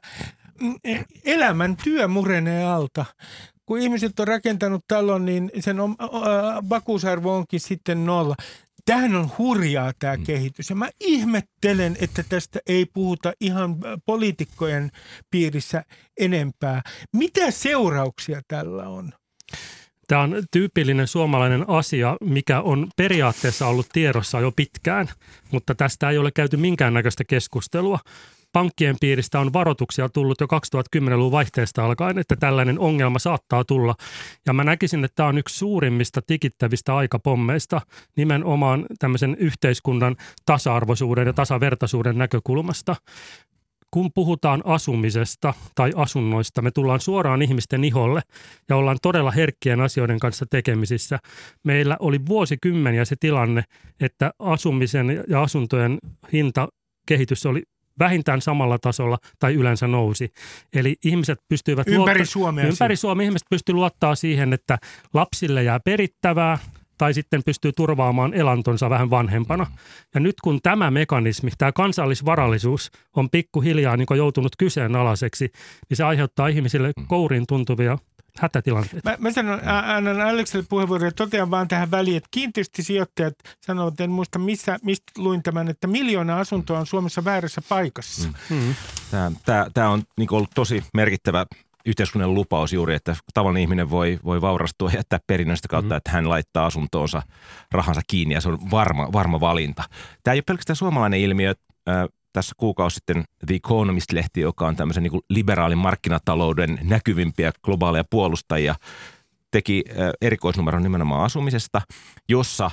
elämän työ murenee alta. Kun ihmiset on rakentanut talon, niin sen vakuusarvo onkin sitten 0. Tämähän on hurjaa tämä kehitys. Ja mä ihmettelen, että tästä ei puhuta ihan poliitikkojen piirissä enempää. Mitä seurauksia tällä on? Tämä on tyypillinen suomalainen asia, mikä on periaatteessa ollut tiedossa jo pitkään, mutta tästä ei ole käyty minkäännäköistä keskustelua. Pankkien piiristä on varoituksia tullut jo 2010-luvun vaihteesta alkaen, että tällainen ongelma saattaa tulla. Ja mä näkisin, että tämä on yksi suurimmista tikittävistä aikapommeista nimenomaan tämmöisen yhteiskunnan tasa-arvoisuuden ja tasavertaisuuden näkökulmasta. Kun puhutaan asumisesta tai asunnoista, me tullaan suoraan ihmisten iholle ja ollaan todella herkkien asioiden kanssa tekemisissä. Meillä oli vuosikymmeniä se tilanne, että asumisen ja asuntojen hintakehitys oli vähintään samalla tasolla tai yleensä nousi. Eli ihmiset pystyivät ympäri Suomea ihmiset pystyivät luottaa siihen, että lapsille jää perittävää tai sitten pystyy turvaamaan elantonsa vähän vanhempana. Ja nyt kun tämä mekanismi, tämä kansallisvarallisuus on pikkuhiljaa niin joutunut kyseenalaiseksi, niin se aiheuttaa ihmisille kouriin tuntuvia hätätilanteita. Mä annan Alekselle puheenvuoron ja totean vaan tähän väliin, että kiinteistösijoittajat sanovat, en muista mistä luin tämän, että 1 miljoonaa asuntoa on Suomessa väärässä paikassa. Tämä on niin ollut tosi merkittävä yhteiskunnan lupaus juuri, että tavallinen ihminen voi vaurastua ja jättää perinnöstä kautta, että hän laittaa asuntoonsa rahansa kiinni ja se on varma valinta. Tämä ei ole pelkästään suomalainen ilmiö. Tässä kuukausi sitten The Economist-lehti, joka on tämmöisen niin kuin liberaalin markkinatalouden näkyvimpiä globaaleja puolustajia, teki erikoisnumeron nimenomaan asumisesta, jossa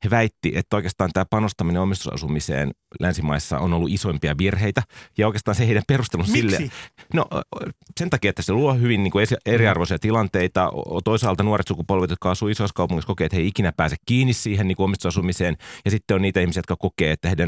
he väitti, että oikeastaan tämä panostaminen omistusasumiseen länsimaissa on ollut isoimpia virheitä. Ja oikeastaan se heidän perustelun sille... No sen takia, että se luo hyvin niin kuin eriarvoisia tilanteita. Toisaalta nuoret sukupolvet, jotka asuu isoissa kaupungissa, kokee, että he ei ikinä pääse kiinni siihen niin kuin omistusasumiseen. Ja sitten on niitä ihmisiä, jotka kokee, että heidän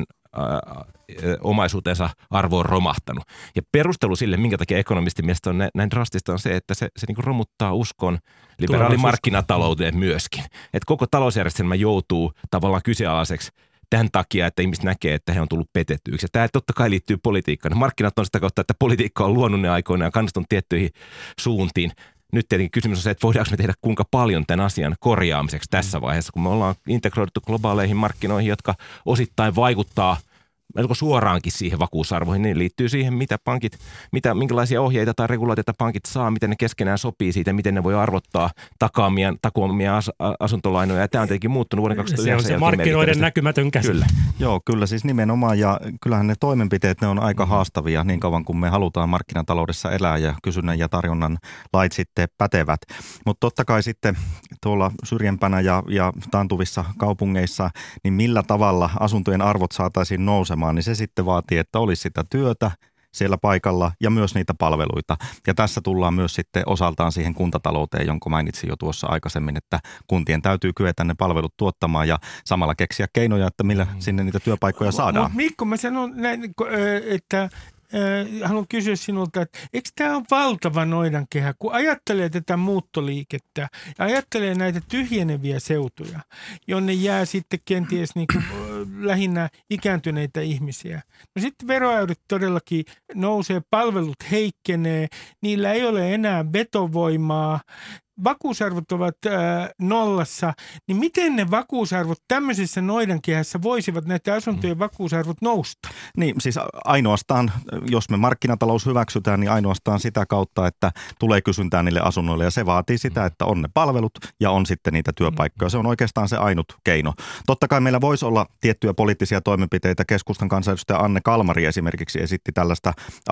omaisuutensa arvo on romahtanut. Ja perustelu sille, minkä takia ekonomistin mielestä on näin drastista, on se, että se niin kuin romuttaa uskon liberaalimarkkinatalouteen myöskin. Että koko talousjärjestelmä joutuu tavallaan kyseenalaiseksi tämän takia, että ihmiset näkee, että he on tullut petettyiksi. Ja tämä totta kai liittyy politiikkaan. Markkinat on sitä kautta, että politiikka on luonut ne aikoina ja kannustunut tiettyihin suuntiin. Nyt tietenkin kysymys on se, että voidaanko me tehdä kuinka paljon tämän asian korjaamiseksi tässä vaiheessa, kun me ollaan integroiduttu globaaleihin markkinoihin, jotka osittain vaikuttaa melko suoraankin siihen vakuusarvoihin. Niin liittyy siihen, minkälaisia ohjeita tai regulaatioita pankit saa, miten ne keskenään sopii siitä, miten ne voi arvottaa takuamia asuntolainoja. Ja tämä on tietenkin muuttunut vuoden 2009. Se on se markkinoiden näkymätön käsi. Kyllä. Joo, kyllä siis nimenomaan. Ja kyllähän ne toimenpiteet, ne on aika haastavia niin kauan kuin me halutaan markkinataloudessa elää ja kysynnän ja tarjonnan lait sitten pätevät. Mutta totta kai sitten tuolla syrjempänä ja taantuvissa kaupungeissa, niin millä tavalla asuntojen arvot saataisiin nousemaan, niin se sitten vaatii, että olisi sitä työtä siellä paikalla ja myös niitä palveluita. Ja tässä tullaan myös sitten osaltaan siihen kuntatalouteen, jonka mainitsin jo tuossa aikaisemmin, että kuntien täytyy kyetä ne palvelut tuottamaan ja samalla keksiä keinoja, että millä sinne niitä työpaikkoja saadaan. Mutta Mikko, mä sanon näin, että haluan kysyä sinulta, että eikö tämä ole valtava noidankehä, kun ajattelee tätä muuttoliikettä ja ajattelee näitä tyhjeneviä seutuja, jonne jää sitten kenties niin kuin, lähinnä ikääntyneitä ihmisiä. No sitten veroäyrit todellakin nousee, palvelut heikkenee, niillä ei ole enää vetovoimaa, vakuusarvot ovat nollassa, niin miten ne vakuusarvot tämmöisessä noidankehässä voisivat näitä asuntojen vakuusarvot nousta? Niin siis ainoastaan, jos me markkinatalous hyväksytään, niin ainoastaan sitä kautta, että tulee kysyntää niille asunnoille ja se vaatii sitä, että on ne palvelut ja on sitten niitä työpaikkoja. Se on oikeastaan se ainut keino. Totta kai meillä voisi olla tiettyjä poliittisia toimenpiteitä. Keskustan kansanedustaja Anne Kalmari esimerkiksi esitti tällaista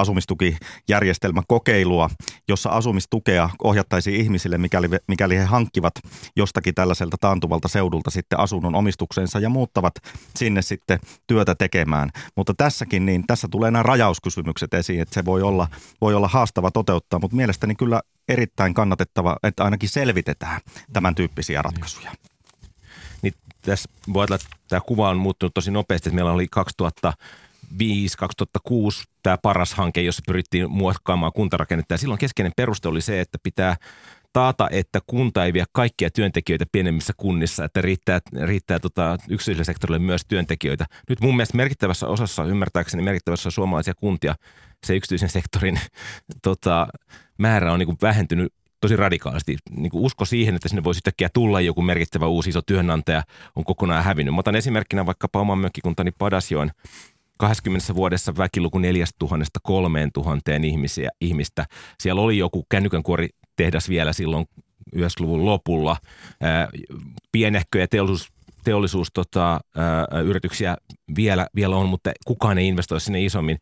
asumistukijärjestelmäkokeilua, jossa asumistukea ohjattaisiin ihmisille, mikäli he hankkivat jostakin tällaiselta taantuvalta seudulta sitten asunnon omistukseensa ja muuttavat sinne sitten työtä tekemään. Mutta tässäkin, niin tässä tulee nämä rajauskysymykset esiin, että se voi olla haastava toteuttaa, mutta mielestäni kyllä erittäin kannatettava, että ainakin selvitetään tämän tyyppisiä ratkaisuja. Niin tässä voi ajatella, että tämä kuva on muuttunut tosi nopeasti, että meillä oli 2005-2006 tämä Paras-hanke, jossa pyrittiin muokkaamaan kuntarakennetta ja silloin keskeinen peruste oli se, että pitää taata, että kunta ei vie kaikkia työntekijöitä pienemmissä kunnissa, että riittää yksityiselle sektorille myös työntekijöitä. Nyt mun mielestä merkittävässä osassa, ymmärtääkseni merkittävässä suomalaisia kuntia, se yksityisen sektorin määrä on niin kuin vähentynyt tosi radikaalisti. Niin kuin usko siihen, että sinne voisi yhtäkkiä tulla joku merkittävä uusi iso työnantaja, on kokonaan hävinnyt. Mä otan esimerkkinä vaikkapa oman mökkikuntani Padasjoen. 20 vuodessa väkiluku 4000 3000 ihmistä. Siellä oli joku kännykänkuoritehdas vielä silloin 90-luvun lopulla. Pienehköjä teollisuusyrityksiä vielä on, mutta kukaan ei investoi sinne isommin.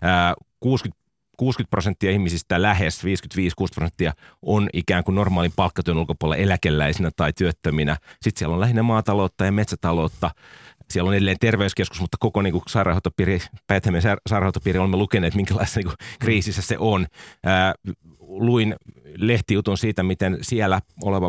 60% ihmisistä, lähes 55-60% on ikään kuin normaalin palkkatyön ulkopuolella eläkeläisinä tai työttöminä. Sitten siellä on lähinnä maataloutta ja metsätaloutta. Siellä on edelleen terveyskeskus, mutta koko niin kuin Päijät-Hämeen sairaanhoitopiiri olemme lukeneet, minkälaisessa niin kuin kriisissä se on. Luin lehtijutun siitä, miten siellä oleva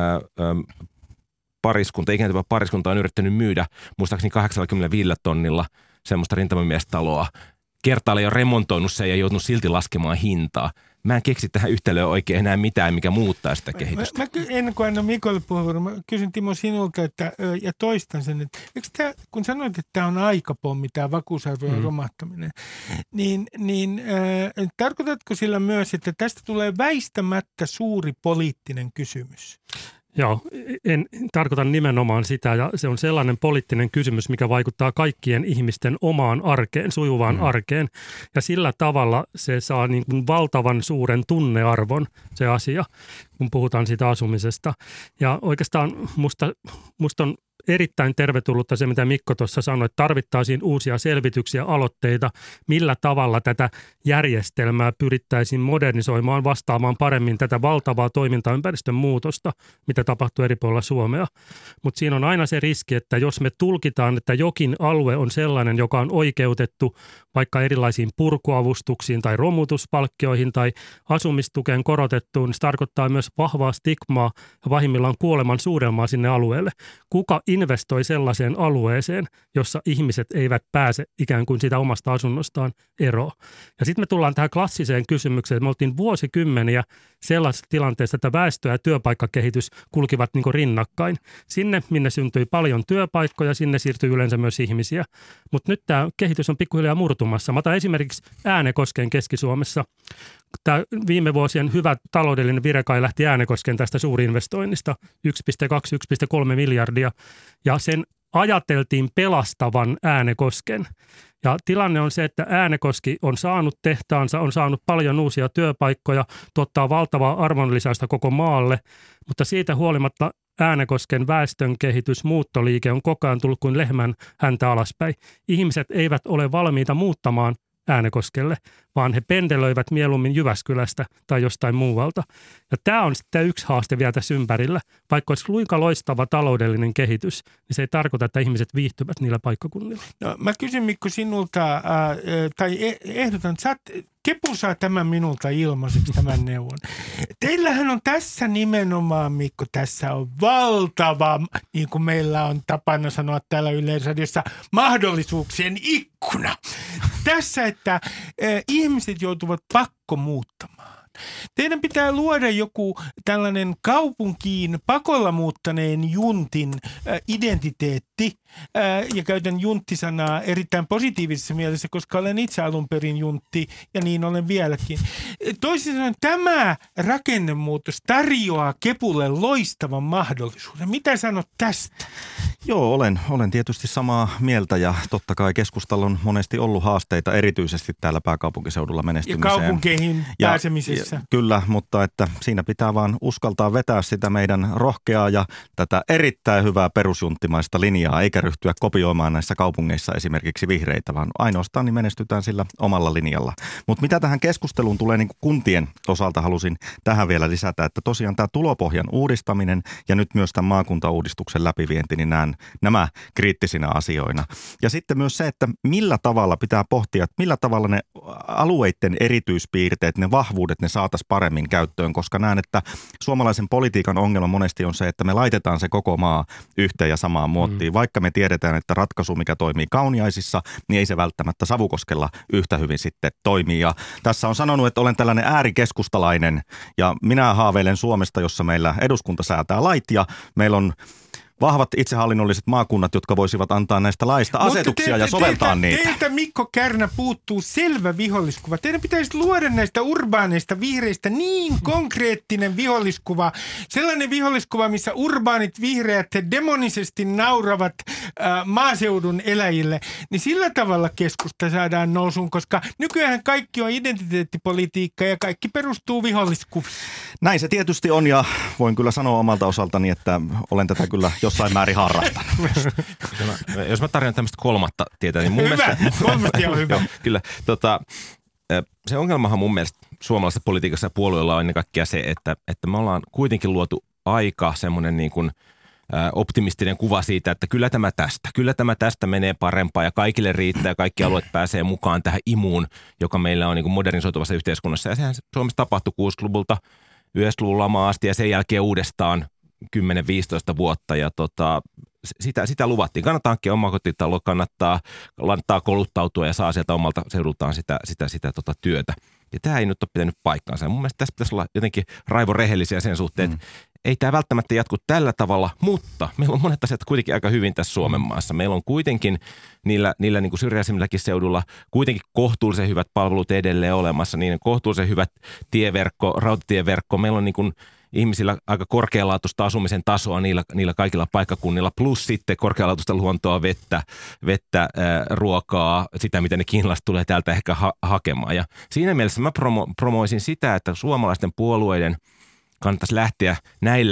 ikääntyvä pariskunta on yrittänyt myydä muistaakseni 85 tonnilla semmoista rintamamiestaloa. Kertaalle jo remontoinut sen ja joutunut silti laskemaan hintaa. Mä en keksi tähän yhtälöön oikein enää mitään, mikä muuttaa sitä kehitystä. Mä ennen kuin annan Mikolle puheenvuoron, mä kysyn Timo sinulta, ja toistan sen, että eikö tämä, kun sanoit, että tämä on aikapommi, tämä vakuusarvojen romahtaminen, niin tarkoitatko sillä myös, että tästä tulee väistämättä suuri poliittinen kysymys? Joo, en tarkoita nimenomaan sitä, ja se on sellainen poliittinen kysymys, mikä vaikuttaa kaikkien ihmisten omaan arkeen, sujuvaan arkeen, ja sillä tavalla se saa niin kuin valtavan suuren tunnearvon se asia, kun puhutaan siitä asumisesta. Ja oikeastaan musta on erittäin tervetullutta se, mitä Mikko tuossa sanoi, että tarvittaisiin uusia selvityksiä, aloitteita, millä tavalla tätä järjestelmää pyrittäisiin modernisoimaan vastaamaan paremmin tätä valtavaa toimintaympäristön muutosta, mitä tapahtuu eri puolilla Suomea. Mutta siinä on aina se riski, että jos me tulkitaan, että jokin alue on sellainen, joka on oikeutettu vaikka erilaisiin purkuavustuksiin tai romutuspalkkioihin tai asumistukeen korotettuun, niin se tarkoittaa myös vahvaa stigmaa ja pahimmillaan kuoleman suurelmaa sinne alueelle. Kuka investoi sellaiseen alueeseen, jossa ihmiset eivät pääse ikään kuin sitä omasta asunnostaan eroon? Ja sitten me tullaan tähän klassiseen kysymykseen, että me oltiin vuosikymmeniä sellaisessa tilanteessa, että väestö- ja työpaikkakehitys kulkivat niin kuin rinnakkain. Sinne, minne syntyi paljon työpaikkoja, sinne siirtyi yleensä myös ihmisiä. Mutta nyt tämä kehitys on pikkuhiljaa murtumassa. Mä otan esimerkiksi Äänekosken Keski-Suomessa. Tämä viime vuosien hyvä taloudellinen vire kai lähti Äänekosken tästä suurinvestoinnista 1,2–1,3 miljardia ja sen ajateltiin pelastavan Äänekosken. Ja tilanne on se, että Äänekoski on saanut tehtaansa, on saanut paljon uusia työpaikkoja, tuottaa valtavaa arvonlisäystä koko maalle, mutta siitä huolimatta Äänekosken väestönkehitys, muuttoliike on koko ajan tullut kuin lehmän häntä alaspäin. Ihmiset eivät ole valmiita muuttamaan Äänekoskelle, vaan he pendelöivät mieluummin Jyväskylästä tai jostain muualta. Ja tämä on sitten yksi haaste vielä tässä ympärillä. Vaikka olisi kuinka loistava taloudellinen kehitys, niin se ei tarkoita, että ihmiset viihtyvät niillä paikkakunnilla. No, mä kysyn Mikko sinulta, tai ehdotan, Kepu saa tämän minulta ilmaiseksi tämän neuvon. Teillähän on tässä nimenomaan, Mikko, tässä on valtava, niin kuin meillä on tapana sanoa täällä Yleisradiossa, mahdollisuuksien ikkuna. Tässä, että ihmiset joutuvat pakkomuuttamaan. Teidän pitää luoda joku tällainen kaupunkiin pakolla muuttaneen juntin identiteetti, ja käytän junttisanaa erittäin positiivisessa mielessä, koska olen itse alun perin juntti ja niin olen vieläkin. Toisin sanoen tämä rakennemuutos tarjoaa Kepulle loistavan mahdollisuuden. Mitä sanot tästä? Joo, olen tietysti samaa mieltä ja totta kai keskustalla on monesti ollut haasteita erityisesti täällä pääkaupunkiseudulla menestymiseen. Ja kaupunkeihin pääsemisessä. Kyllä, mutta että siinä pitää vaan uskaltaa vetää sitä meidän rohkeaa ja tätä erittäin hyvää perusjunttimaista linjaa, eikä ryhtyä kopioimaan näissä kaupungeissa esimerkiksi vihreitä, vaan ainoastaan niin menestytään sillä omalla linjalla. Mutta mitä tähän keskusteluun tulee niin kuin kuntien osalta, halusin tähän vielä lisätä, että tosiaan tämä tulopohjan uudistaminen ja nyt myös tämän maakuntauudistuksen läpivienti, niin näen nämä kriittisinä asioina. Ja sitten myös se, että millä tavalla pitää pohtia, että millä tavalla ne alueiden erityispiirteet, ne vahvuudet, ne saataisiin paremmin käyttöön, koska näen, että suomalaisen politiikan ongelma monesti on se, että me laitetaan se koko maa yhteen ja samaan muottiin. Vaikka me tiedetään, että ratkaisu, mikä toimii Kauniaisissa, niin ei se välttämättä Savukoskella yhtä hyvin sitten toimii. Ja tässä on sanonut, että olen tällainen äärikeskustalainen ja minä haaveilen Suomesta, jossa meillä eduskunta säätää lait ja meillä on vahvat itsehallinnolliset maakunnat, jotka voisivat antaa näistä laista asetuksia ja soveltaa niitä. Teiltä, Mikko Kärnä, puuttuu selvä viholliskuva. Teidän pitäisi luoda näistä urbaaneista vihreistä niin konkreettinen viholliskuva. Sellainen viholliskuva, missä urbaanit vihreät demonisesti nauravat maaseudun eläjille. Niin sillä tavalla keskusta saadaan nousuun, koska nykyään kaikki on identiteettipolitiikka ja kaikki perustuu viholliskuviin. Näin se tietysti on ja voin kyllä sanoa omalta osaltani, että olen tätä kyllä jossain määrin harrastanut. Jos mä tarjoan tämmöistä kolmatta tietää, niin mun hyvä, mielestä... kolmasti on hyvä. Joo, kyllä. Se ongelmahan mun mielestä suomalaisessa politiikassa ja puolueella on ennen kaikkea se, että me ollaan kuitenkin luotu aika semmoinen niin kuin optimistinen kuva siitä, että kyllä tämä tästä menee parempaa ja kaikille riittää ja kaikki alueet pääsee mukaan tähän imuun, joka meillä on niin kuin modernisoituvassa yhteiskunnassa. Ja sehän Suomessa tapahtui 60-luvulta 90-luvun lamaan asti ja sen jälkeen uudestaan 10-15 vuotta ja sitä luvattiin. Kannattaa hankkia omakotitalo, kannattaa kouluttautua ja saa sieltä omalta seudultaan sitä työtä. Ja tämä ei nyt ole pitänyt paikkaansa. Mun mielestä tässä pitäisi olla jotenkin raivorehellisiä sen suhteen, että ei tämä välttämättä jatku tällä tavalla, mutta meillä on monet asiat kuitenkin aika hyvin tässä Suomen maassa. Meillä on kuitenkin niillä niin kuin syrjäisimmilläkin seudulla kuitenkin kohtuullisen hyvät palvelut edelleen olemassa, niin kohtuullisen hyvät tieverkko, rautatieverkko. Meillä on niin kuin ihmisillä aika korkealaatuista asumisen tasoa niillä kaikilla paikkakunnilla, plus sitten korkealaatuista luontoa, vettä, ruokaa, sitä mitä ne kiinalaiset tulee täältä ehkä hakemaan. Ja siinä mielessä mä promoisin sitä, että suomalaisten puolueiden kannattaisi lähteä näillä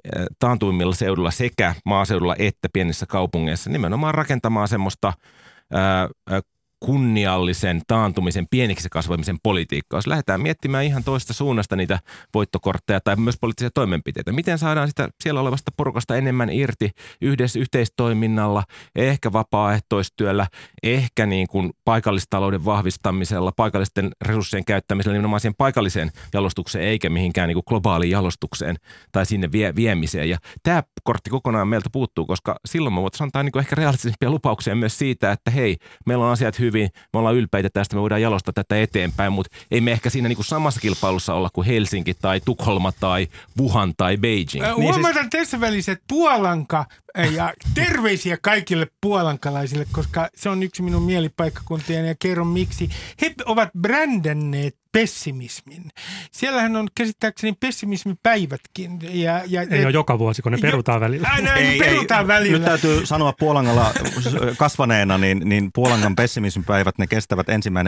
taantuimmilla seudulla sekä maaseudulla että pienissä kaupungeissa nimenomaan rakentamaan semmoista kunniallisen taantumisen, pieniksi kasvamisen politiikkaa. Jos lähdetään miettimään ihan toista suunnasta niitä voittokortteja tai myös poliittisia toimenpiteitä, miten saadaan sitä siellä olevasta porukasta enemmän irti yhdessä yhteistoiminnalla, ehkä vapaaehtoistyöllä, ehkä niin kuin paikallistalouden vahvistamisella, paikallisten resurssien käyttämisellä nimenomaan siihen paikalliseen jalostukseen, eikä mihinkään niin kuin globaaliin jalostukseen tai sinne viemiseen. Ja tämä kortti kokonaan meiltä puuttuu, koska silloin me voitaisiin antaa niin kuin ehkä realistisempia lupauksia myös siitä, että hei, meillä on asiat hyvin, me ollaan ylpeitä tästä, me voidaan jalostaa tätä eteenpäin, mutta ei me ehkä siinä niin kuin samassa kilpailussa olla kuin Helsinki tai Tukholma tai Wuhan tai Beijing. Huomataan tässä välissä, että Puolanka ja terveisiä kaikille puolankalaisille, koska se on yksi minun mielipaikkakuntien ja kerron miksi. He ovat brändänneet pessimismin. Siellähän on käsittääkseni pessimismipäivätkin. Ei ole joka vuosi, kun ne perutaan välillä. Perutaan välillä. Nyt täytyy sanoa Puolangalla kasvaneena, niin Puolangan pessimismipäivät, ne kestävät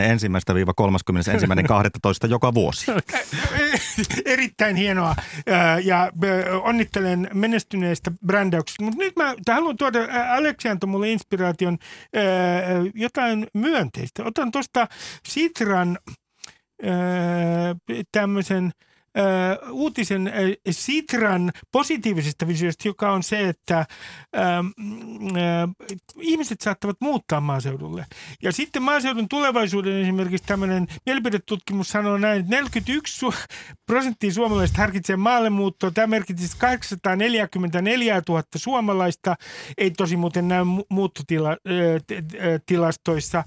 1.1.–31.12. joka vuosi. Erittäin hienoa ja onnittelen menestyneestä brändäyksestä. Mutta nyt mä haluan tuoda, Aleksi antoi mulle inspiraation jotain myönteistä. Otan tuosta Sitran tämmöisen uutisen Sitran positiivisesta visiosta, joka on se, että ihmiset saattavat muuttaa maaseudulle. Ja sitten maaseudun tulevaisuuden esimerkiksi tämmöinen mielipidetutkimus sanoo näin, että 41% suomalaisista harkitsee maalle muuttoa. Tämä merkitsisi 844 000 suomalaista, ei tosi muuten näy muuttotilastoissa.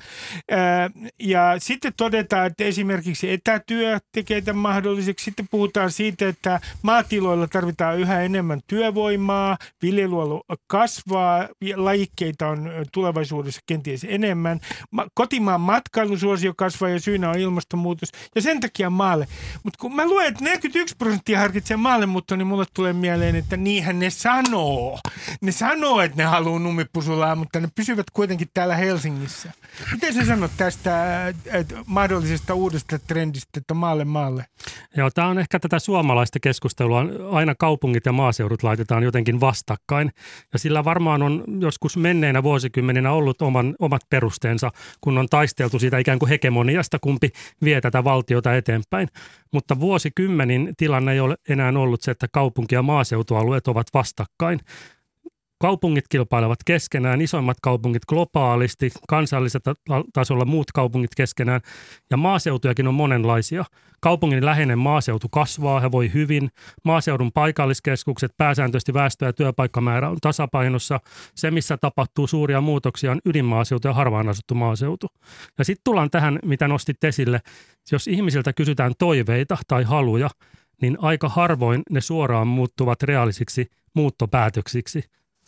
Ja sitten todetaan, että esimerkiksi etätyö tekee tämän mahdolliseksi. Sitten puhutaan siitä, että maatiloilla tarvitaan yhä enemmän työvoimaa, viljelyalue kasvaa, lajikkeita on tulevaisuudessa kenties enemmän. Kotimaan matkailusuosio kasvaa ja syynä on ilmastonmuutos ja sen takia maalle. Mutta kun mä luen, että 41% harkitsee maalle, mutta niin mulle tulee mieleen, että niinhän ne sanoo. Ne sanoo, että ne haluaa Numipusulaa, mutta ne pysyvät kuitenkin täällä Helsingissä. Miten sä sanot tästä mahdollisesta uudesta trendistä, että maalle? Joo, tämä on ehkä tätä suomalaista keskustelua. Aina kaupungit ja maaseudut laitetaan jotenkin vastakkain. Ja sillä varmaan on joskus menneinä vuosikymmeninä ollut omat perusteensa, kun on taisteltu siitä ikään kuin hegemoniasta, kumpi vie tätä valtiota eteenpäin. Mutta vuosikymmenin tilanne ei ole enää ollut se, että kaupunki- ja maaseutualueet ovat vastakkain. Kaupungit kilpailevat keskenään, isoimmat kaupungit globaalisti, kansallisella tasolla muut kaupungit keskenään ja maaseutujakin on monenlaisia. Kaupungin läheinen maaseutu kasvaa ja voi hyvin. Maaseudun paikalliskeskukset, pääsääntöisesti väestö- ja työpaikkamäärä on tasapainossa. Se, missä tapahtuu suuria muutoksia, on ydinmaaseutu ja harvaan asuttu maaseutu. Ja sitten tullaan tähän, mitä nostit esille. Jos ihmisiltä kysytään toiveita tai haluja, niin aika harvoin ne suoraan muuttuvat reaalisiksi muuttopäätöksiksi.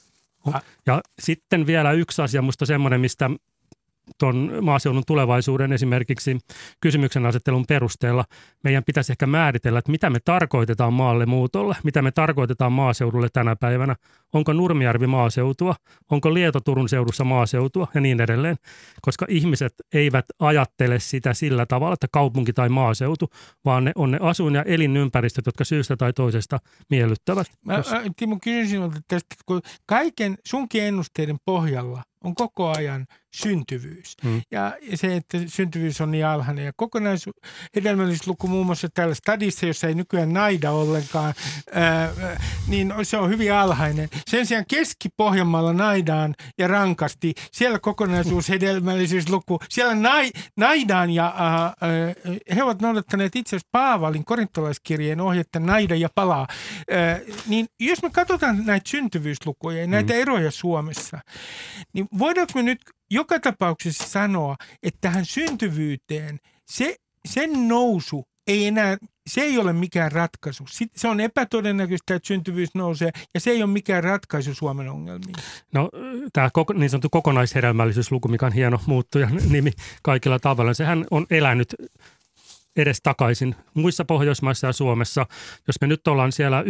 Ja sitten vielä yksi asia, musta semmoinen, mistä tuon maaseudun tulevaisuuden esimerkiksi kysymyksen asettelun perusteella meidän pitäisi ehkä määritellä, että mitä me tarkoitetaan maalle muutolle, mitä me tarkoitetaan maaseudulle tänä päivänä. Onko Nurmijärvi maaseutua, onko Lieto-Turun seudussa maaseutua ja niin edelleen, koska ihmiset eivät ajattele sitä sillä tavalla, että kaupunki tai maaseutu, vaan ne on ne asuin- ja elinympäristöt, jotka syystä tai toisesta miellyttävät. Timo, kysyn sinulta tästä, kun kaiken sunkin ennusteiden pohjalla on koko ajan syntyvyys. Ja se, että syntyvyys on niin alhainen. Ja kokonaishedelmällisyysluku muun muassa täällä stadissa, jossa ei nykyään naida ollenkaan, niin se on hyvin alhainen. Sen sijaan Keski-Pohjanmaalla naidaan ja rankasti. Siellä kokonaisuushedelmällisyysluku, siellä naidaan ja he ovat noudattaneet itse asiassa Paavalin korintolaiskirjeen ohjetta naida ja palaa. Niin jos me katsotaan näitä syntyvyyslukuja ja näitä eroja Suomessa, niin voidaanko me nyt joka tapauksessa sanoa, että tähän syntyvyyteen sen nousu ei enää, se ei ole mikään ratkaisu. Se on epätodennäköistä, että syntyvyys nousee ja se ei ole mikään ratkaisu Suomen ongelmiin. No tämä niin sanottu kokonaishedelmällisyysluku, mikä on hieno muuttuja nimi kaikilla tavalla, sehän on elänyt edes takaisin. Muissa Pohjoismaissa ja Suomessa, jos me nyt ollaan siellä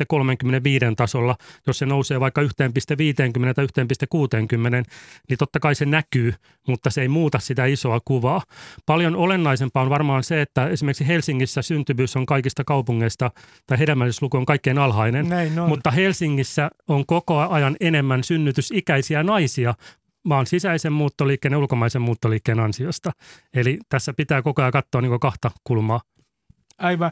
1,35 tasolla, jos se nousee vaikka 1,50 tai 1,60, niin totta kai se näkyy, mutta se ei muuta sitä isoa kuvaa. Paljon olennaisempaa on varmaan se, että esimerkiksi Helsingissä syntyvyys on kaikista kaupungeista, tai hedelmällisyysluku on kaikkein alhainen, mutta Helsingissä on koko ajan enemmän synnytysikäisiä naisia maan sisäisen muuttoliikkeen ja ulkomaisen muuttoliikkeen ansiosta. Eli tässä pitää koko ajan katsoa niin kuin kahta kulmaa. Aivan.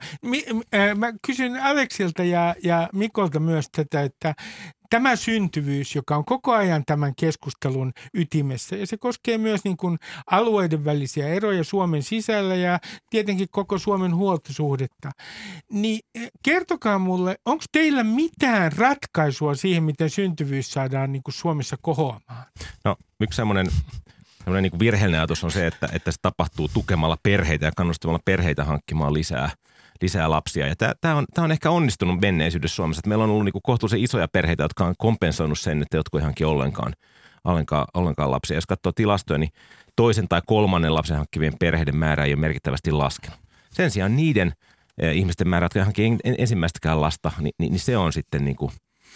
Mä kysyn Aleksilta ja Mikolta myös tätä, että tämä syntyvyys, joka on koko ajan tämän keskustelun ytimessä, ja se koskee myös niin kuin alueiden välisiä eroja Suomen sisällä ja tietenkin koko Suomen huoltosuhdetta, niin kertokaa mulle, onko teillä mitään ratkaisua siihen, miten syntyvyys saadaan niin kuin Suomessa kohoamaan? No, yksi semmoinen niin kuin virheellinen ajatus on se, että se tapahtuu tukemalla perheitä ja kannustamalla perheitä hankkimaan lisää lapsia. Ja tämä on ehkä onnistunut menneisyydessä Suomessa. Että meillä on ollut niin kuin kohtuullisen isoja perheitä, jotka on kompensoinut sen, että jotkut ei hankki ollenkaan lapsia. Jos katsoo tilastoja, niin toisen tai kolmannen lapsen hankkivien perheiden määrä ei ole merkittävästi laskenut. Sen sijaan niiden ihmisten määrä, jotka hankkii ensimmäistäkään lasta, niin se on sitten niin kuin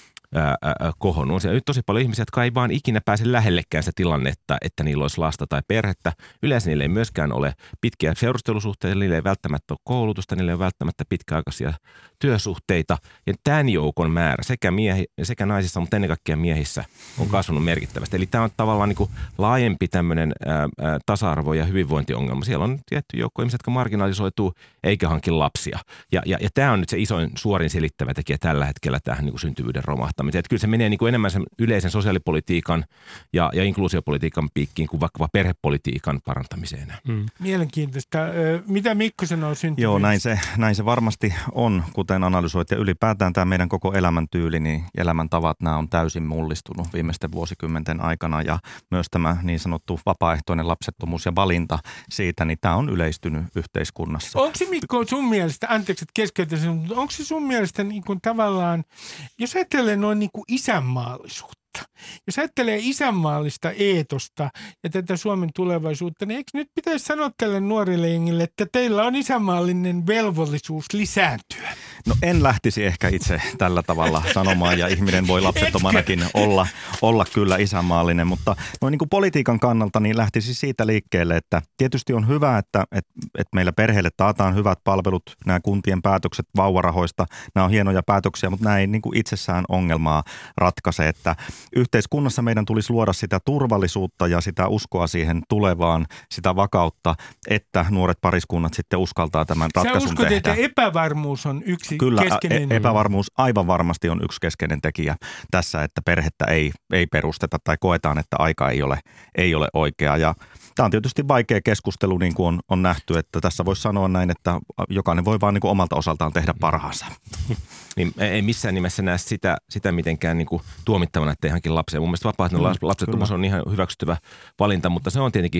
kohonnut. On siellä nyt tosi paljon ihmisiä, jotka ei vaan ikinä pääse lähellekään se tilannetta, että niillä olisi lasta tai perhettä. Yleensä niillä ei myöskään ole pitkiä seurustelusuhteita, niillä ei välttämättä ole koulutusta, niillä ei ole välttämättä pitkäaikaisia työsuhteita. Ja tämän joukon määrä sekä naisissa, mutta ennen kaikkea miehissä on kasvanut merkittävästi. Eli tämä on tavallaan niin kuin laajempi tämmöinen tasa-arvo- ja hyvinvointiongelma. Siellä on tietty joukko ihmisiä, jotka marginalisoituu eikä hanki lapsia. Ja tämä on nyt se isoin suorin selittävä tekijä tällä hetkellä tähän niin kuin syntyvyyden romahtamiseen. Että kyllä se menee niin kuin enemmän sen yleisen sosiaalipolitiikan ja inkluusiopolitiikan piikkiin kuin vaikka perhepolitiikan parantamiseen. Mielenkiintoista. Mitä Mikko sanoo syntyvyys? Joo, näin se varmasti on, kuten analysoit. Ja ylipäätään tämä meidän koko elämäntyyli, niin elämäntavat, nämä on täysin mullistunut viimeisten vuosikymmenten aikana. Ja myös tämä niin sanottu vapaaehtoinen lapsettomuus ja valinta siitä, niin tämä on yleistynyt yhteiskunnassa. Onko se, Mikko, sun mielestä, anteeksi, että keskeytän, onko se sun mielestä niin kuin tavallaan, jos ajattelee noin niin kuin isänmaallisuutta, jos ajattelee isänmaallista eetosta ja tätä Suomen tulevaisuutta, niin eikö nyt pitäisi sanoa tälle nuorille jengille, että teillä on isänmaallinen velvollisuus lisääntyä? No en lähtisi ehkä itse tällä tavalla sanomaan ja ihminen voi lapsettomanakin olla kyllä isänmaallinen, mutta noin niin kuin politiikan kannalta niin lähtisi siitä liikkeelle, että tietysti on hyvä, että meillä perheille taataan hyvät palvelut, nämä kuntien päätökset vauvarahoista, nämä on hienoja päätöksiä, mutta nämä ei niin kuin itsessään ongelmaa ratkaise, että yhteiskunnassa meidän tulisi luoda sitä turvallisuutta ja sitä uskoa siihen tulevaan, sitä vakautta, että nuoret pariskunnat sitten uskaltaa tämän ratkaisun tehdä. Sä uskot, että epävarmuus on yksi keskeinen? Kyllä, epävarmuus aivan varmasti on yksi keskeinen tekijä tässä, että perhettä ei perusteta tai koetaan, että aika ei ole oikea. Ja tämä on tietysti vaikea keskustelu, niin kuin on nähty, että tässä voisi sanoa näin, että jokainen voi vaan niin kuin omalta osaltaan tehdä parhaansa. Niin, ei missään nimessä näe sitä mitenkään niin kuin tuomittavana, että ei hankin lapsia. Mun mielestä vapaaehtoinen lapsettomuus on ihan hyväksyttävä valinta, mutta se on tietenkin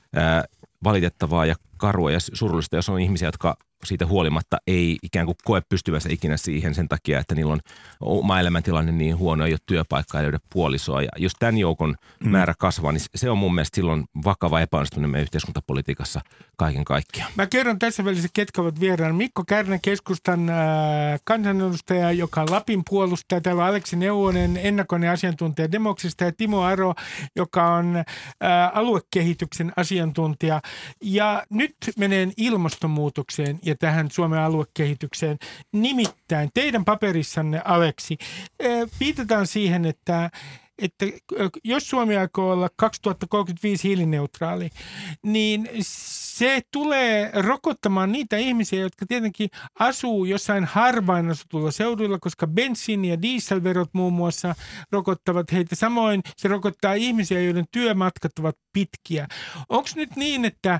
valitettavaa ja karua ja surullista, jos on ihmisiä, jotka siitä huolimatta ei ikään kuin koe pystyvänsä ikinä siihen sen takia, että niillä on oma elämäntilanne niin huono, ei ole työpaikkaa, ei löydä puolisoa. Ja jos tämän joukon määrä kasvaa, niin se on mun mielestä silloin vakava epäonnistuminen meidän yhteiskuntapolitiikassa kaiken kaikkiaan. Mä kerron tässä välissä, ketkä ovat vieraana. Mikko Kärnä, keskustan kansanedustaja, joka on Lapin puolustaja. Täällä on Aleksi Neuvonen, ennakoinen asiantuntija Demoksista, ja Timo Aro, joka on aluekehityksen asiantuntija. Ja nyt menen ilmastonmuutokseen ja tähän Suomen aluekehitykseen. Nimittäin teidän paperissanne, Aleksi, viitataan siihen, että jos Suomi aikoo olla 2035 hiilineutraali, niin se tulee rokottamaan niitä ihmisiä, jotka tietenkin asuu jossain harvaan asutulla seuduilla, koska bensiini- ja dieselverot muun muassa rokottavat heitä. Samoin se rokottaa ihmisiä, joiden työmatkat ovat pitkiä. Onko nyt niin, että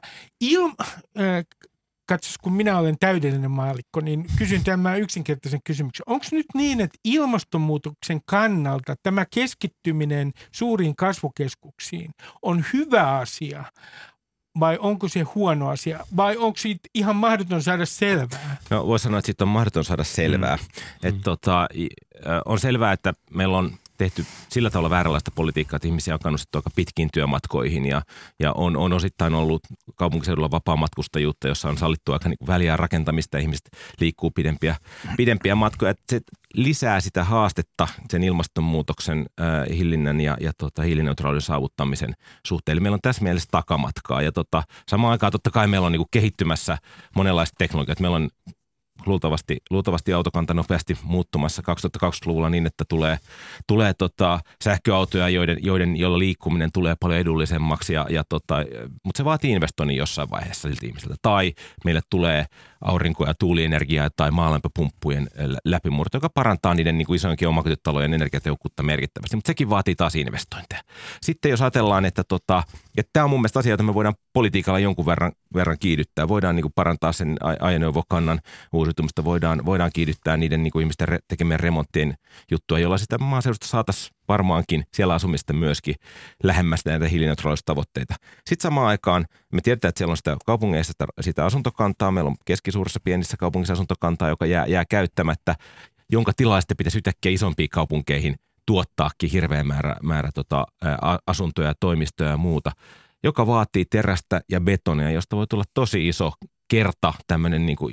katsos, kun minä olen täydellinen maallikko, niin kysyn tämän yksinkertaisen kysymyksen. Onko nyt niin, että ilmastonmuutoksen kannalta tämä keskittyminen suuriin kasvukeskuksiin on hyvä asia vai onko se huono asia vai onko siitä ihan mahdoton saada selvää? No voi sanoa, että siitä on mahdoton saada selvää. On selvää, että meillä on tehty sillä tavalla vääränlaista politiikkaa, että ihmisiä on kannustettu aika pitkiin työmatkoihin ja on osittain ollut kaupunkiseudulla vapaamatkustajuutta, jossa on sallittu aika niin väliä rakentamista ja ihmiset liikkuu pidempiä matkoja. Että se lisää sitä haastetta sen ilmastonmuutoksen hillinnän ja hiilineutraalin saavuttamisen suhteen. Eli meillä on tässä mielessä takamatkaa ja samaan aikaan totta kai meillä on niin kuin kehittymässä monenlaista teknologiaa. Meillä on luultavasti autokanta nopeasti muuttumassa 2020-luvulla niin, että tulee sähköautoja, joilla liikkuminen tulee paljon edullisemmaksi, mutta se vaatii investoinnin jossain vaiheessa silti ihmisiltä. Tai meille tulee aurinko- ja tuulienergiaa tai maalämpöpumppujen läpimurto, joka parantaa niiden niin kuin isoinkin omakotitalojen energiatehokkuutta merkittävästi, mutta sekin vaatii taas investointeja. Sitten jos ajatellaan, että tämä on mun mielestä asia, jota me voidaan politiikalla jonkun verran kiihdyttää, voidaan niin kuin parantaa sen ajoneuvokannan uusiutumista, voidaan kiihdyttää niiden niin kuin ihmisten tekemien remonttien juttua, jolla sitä maaseudusta saataisiin varmaankin siellä asumista myöskin lähemmästä näitä hiilineutraalisuustavoitteita. Sitten samaan aikaan me tiedetään, että siellä on sitä kaupungeissa sitä asuntokantaa, meillä on keskisuurissa pienissä kaupungissa asuntokantaa, joka jää käyttämättä, jonka tilaa sitten pitäisi yhtäkkiä isompiin kaupunkeihin tuottaakin hirveä määrä asuntoja, toimistoja ja muuta, joka vaatii terästä ja betonia, josta voi tulla tosi iso kerta tämmöinen niin kuin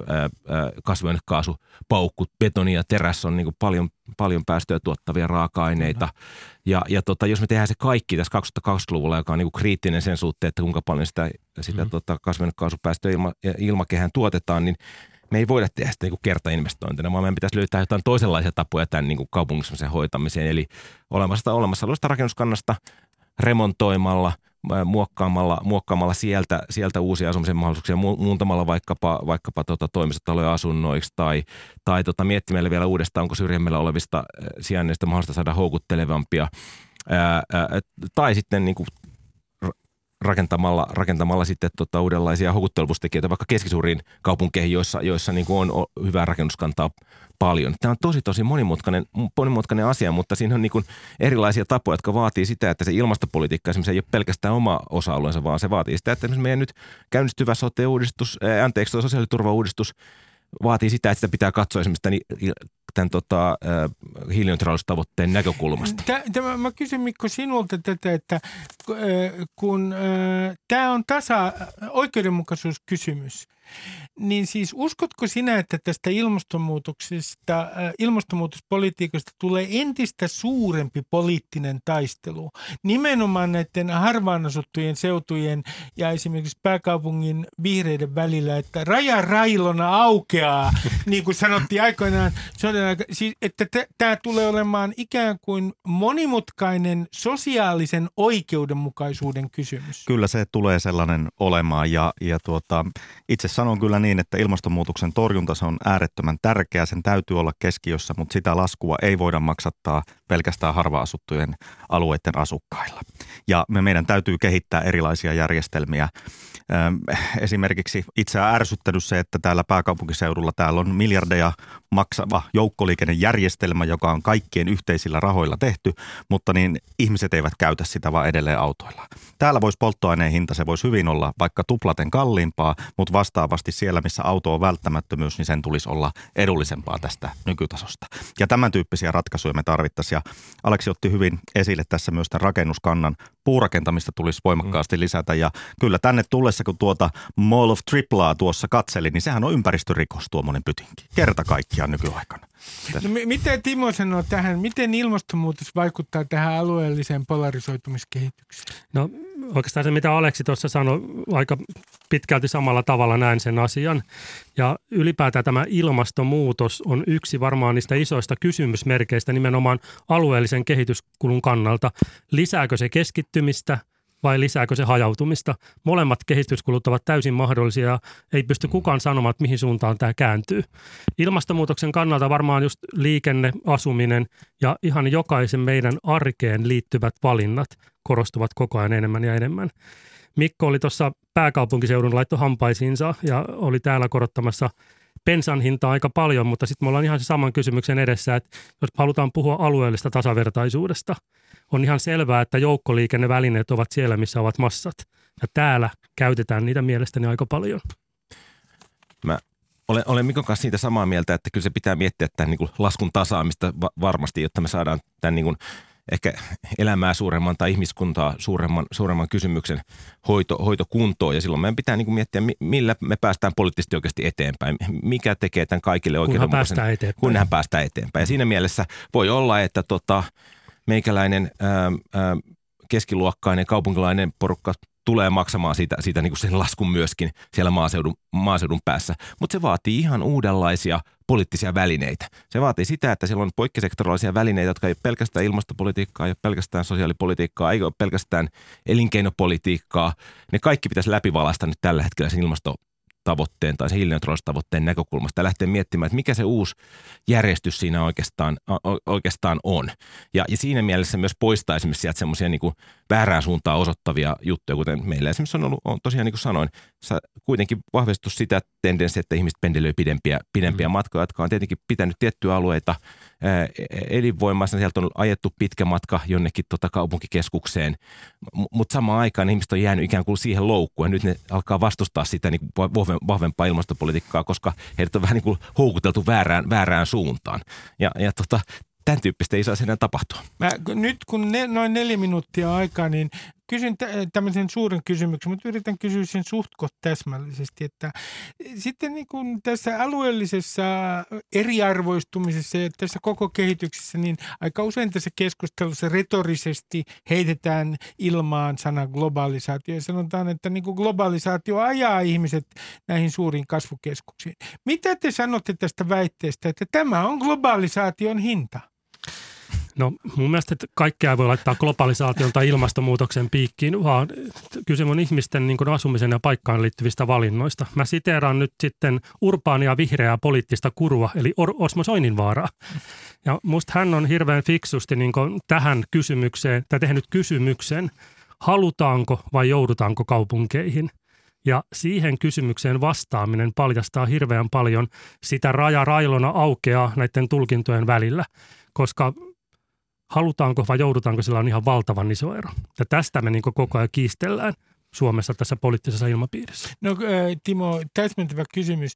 kasvihuonekaasupaukku. Betoni ja teräs on niin kuin paljon päästöjä tuottavia raaka-aineita. Ja jos me tehdään se kaikki tässä 2020-luvulla, joka on niin kuin kriittinen sen suhteen, että kuinka paljon sitä kasvihuonekaasupäästöjä ilmakehään tuotetaan, niin me ei voida tehdä sitä niin kuin kertainvestointina, vaan meidän pitäisi löytää jotain toisenlaisia tapoja tämän niin kuin kaupungin hoitamiseen. Eli olemassa olevasta rakennuskannasta remontoimalla, muokkaamalla sieltä uusia asumisen mahdollisuuksia, muuntamalla vaikkapa toimistotaloja asunnoiksi tai miettimällä vielä uudestaan, onko syrjemmällä olevista sijainneista mahdollista saada houkuttelevampia tai sitten niin kuin rakentamalla sitten uudenlaisia houkuttelevuustekijöitä vaikka keskisuuriin kaupunkeihin, joissa niin kuin on hyvää rakennuskantaa paljon. Tämä on tosi monimutkainen asia, mutta siinä on niin kuin erilaisia tapoja, jotka vaatii sitä, että se ilmastopolitiikka esimerkiksi ei ole pelkästään oma osa-alueensa, vaan se vaatii sitä, että meidän nyt käynnistyvä sosiaaliturvauudistus vaatii sitä, että sitä pitää katsoa esimerkiksi tämän hiilineutraalisuustavoitteen näkökulmasta. Mä kysyn Mikko sinulta tätä, että kun tämä on oikeudenmukaisuuskysymys, niin siis uskotko sinä, että tästä ilmastonmuutospolitiikasta tulee entistä suurempi poliittinen taistelu nimenomaan näiden harvaan asuttujen seutujen ja esimerkiksi pääkaupungin vihreiden välillä, että raja railona aukeaa, niin kuin sanottiin aikoinaan, että tämä tulee olemaan ikään kuin monimutkainen sosiaalisen oikeudenmukaisuuden kysymys? Kyllä se tulee sellainen olemaan ja itse sanon kyllä niin, että ilmastonmuutoksen torjunta se on äärettömän tärkeää, sen täytyy olla keskiössä, mutta sitä laskua ei voida maksattaa pelkästään harva-asuttujen alueiden asukkailla. Ja meidän täytyy kehittää erilaisia järjestelmiä. Esimerkiksi itseä ärsyttänyt se, että täällä pääkaupunkiseudulla täällä on miljardeja maksava joukkoliikennejärjestelmä, joka on kaikkien yhteisillä rahoilla tehty, mutta niin ihmiset eivät käytä sitä vaan edelleen autoilla. Täällä voisi polttoaineen hinta, se voisi hyvin olla vaikka tuplaten kalliimpaa, mutta vastaavasti siellä, missä auto on välttämättömyys, niin sen tulisi olla edullisempaa tästä nykytasosta. Ja tämän tyyppisiä ratkaisuja me tarvittaisiin. Ja Aleksi otti hyvin esille tässä myös tämän rakennuskannan. Puurakentamista tulisi voimakkaasti lisätä ja kyllä tänne tullessa, kun Mall of Triplaa tuossa katseli, niin sehän on ympäristörikos tuo monen pytinki. Kerta kaikkiaan nykyaikana. No, miten Timo sanoo tähän, miten ilmastonmuutos vaikuttaa tähän alueelliseen polarisoitumiskehitykseen? No oikeastaan se, mitä Aleksi tuossa sanoi, aika pitkälti samalla tavalla näen sen asian. Ja ylipäätään tämä ilmastonmuutos on yksi varmaan niistä isoista kysymysmerkeistä nimenomaan alueellisen kehityskulun kannalta. Lisääkö se keskittymistä vai lisääkö se hajautumista? Molemmat kehityskulut ovat täysin mahdollisia ja ei pysty kukaan sanomaan, että mihin suuntaan tämä kääntyy. Ilmastonmuutoksen kannalta varmaan just liikenne, asuminen ja ihan jokaisen meidän arkeen liittyvät valinnat korostuvat koko ajan enemmän ja enemmän. Mikko oli tuossa pääkaupunkiseudun laitto hampaisiinsa ja oli täällä korottamassa bensan hintaa aika paljon, mutta sitten me ollaan ihan se saman kysymyksen edessä, että jos halutaan puhua alueellista tasavertaisuudesta, on ihan selvää, että joukkoliikennevälineet ovat siellä, missä ovat massat. Ja täällä käytetään niitä mielestäni aika paljon. Mä olen Mikon kanssa siitä samaa mieltä, että kyllä se pitää miettiä tämän niin kuin laskun tasaamista varmasti, jotta me saadaan tämän niin kuin ehkä elämää suuremman tai ihmiskuntaa suuremman kysymyksen hoitokuntoon. Ja silloin meidän pitää niin kuin miettiä, millä me päästään poliittisesti oikeasti eteenpäin. Mikä tekee tämän kaikille oikeudenmukaisen, kunhan päästään eteenpäin. Ja siinä mielessä voi olla, että meikäläinen keskiluokkainen kaupunkilainen porukka tulee maksamaan siitä niin kuin sen laskun myöskin siellä maaseudun päässä. Mutta se vaatii ihan uudenlaisia poliittisia välineitä. Se vaatii sitä, että siellä on poikkisektoraalisia välineitä, jotka ei ole pelkästään ilmastopolitiikkaa, ei ole pelkästään sosiaalipolitiikkaa, ei ole pelkästään elinkeinopolitiikkaa. Ne kaikki pitäisi läpivalaista nyt tällä hetkellä sen ilmastotavoitteen tai sen hiilineutraalisuustavoitteen näkökulmasta ja lähteä miettimään, että mikä se uusi järjestys siinä oikeastaan on. Ja siinä mielessä myös poistaa esimerkiksi sieltä semmoisia niin kuin väärään suuntaan osoittavia juttuja, kuten meillä esimerkiksi on tosiaan niin kuin sanoin, kuitenkin vahvistus sitä tendenssiä, että ihmiset pendelöi pidempiä matkoja, jotka on tietenkin pitänyt tiettyjä alueita elinvoimaisena. Sieltä on ajettu pitkä matka jonnekin kaupunkikeskukseen, mutta samaan aikaan ihmiset on jäänyt ikään kuin siihen loukkuun ja nyt ne alkaa vastustaa sitä niin kuin vahvempaa ilmastopolitiikkaa, koska heidät on vähän niin kuin houkuteltu väärään suuntaan. Ja tämän tyyppistä ei saisi enää tapahtua. Nyt kun noin 4 minuuttia aikaa, niin kysyn tämmöisen suuren kysymyksen, mutta yritän kysyä sen suhtkoht täsmällisesti, että sitten niin kuin tässä alueellisessa eriarvoistumisessa ja tässä koko kehityksessä, niin aika usein tässä keskustelussa retorisesti heitetään ilmaan sana globalisaatio ja sanotaan, että niin kuin globalisaatio ajaa ihmiset näihin suuriin kasvukeskuksiin. Mitä te sanotte tästä väitteestä, että tämä on globalisaation hinta? No mun mielestä että kaikkea ei voi laittaa globalisaation tai ilmastonmuutoksen piikkiin, vaan kyse on ihmisten niin kuin asumisen ja paikkaan liittyvistä valinnoista. Mä siteeraan nyt sitten urbaania vihreää poliittista kurua, eli Osmo Soininvaaraa. Ja musta hän on hirveän fiksusti niin kuin tähän kysymykseen, tai tehnyt kysymyksen, halutaanko vai joudutaanko kaupunkeihin? Ja siihen kysymykseen vastaaminen paljastaa hirveän paljon sitä railona aukeaa näiden tulkintojen välillä, koska halutaanko vai joudutaanko, sillä on ihan valtavan iso ero. Ja tästä me niin koko ajan kiistellään Suomessa tässä poliittisessa ilmapiirissä. No Timo, täsmentävä kysymys.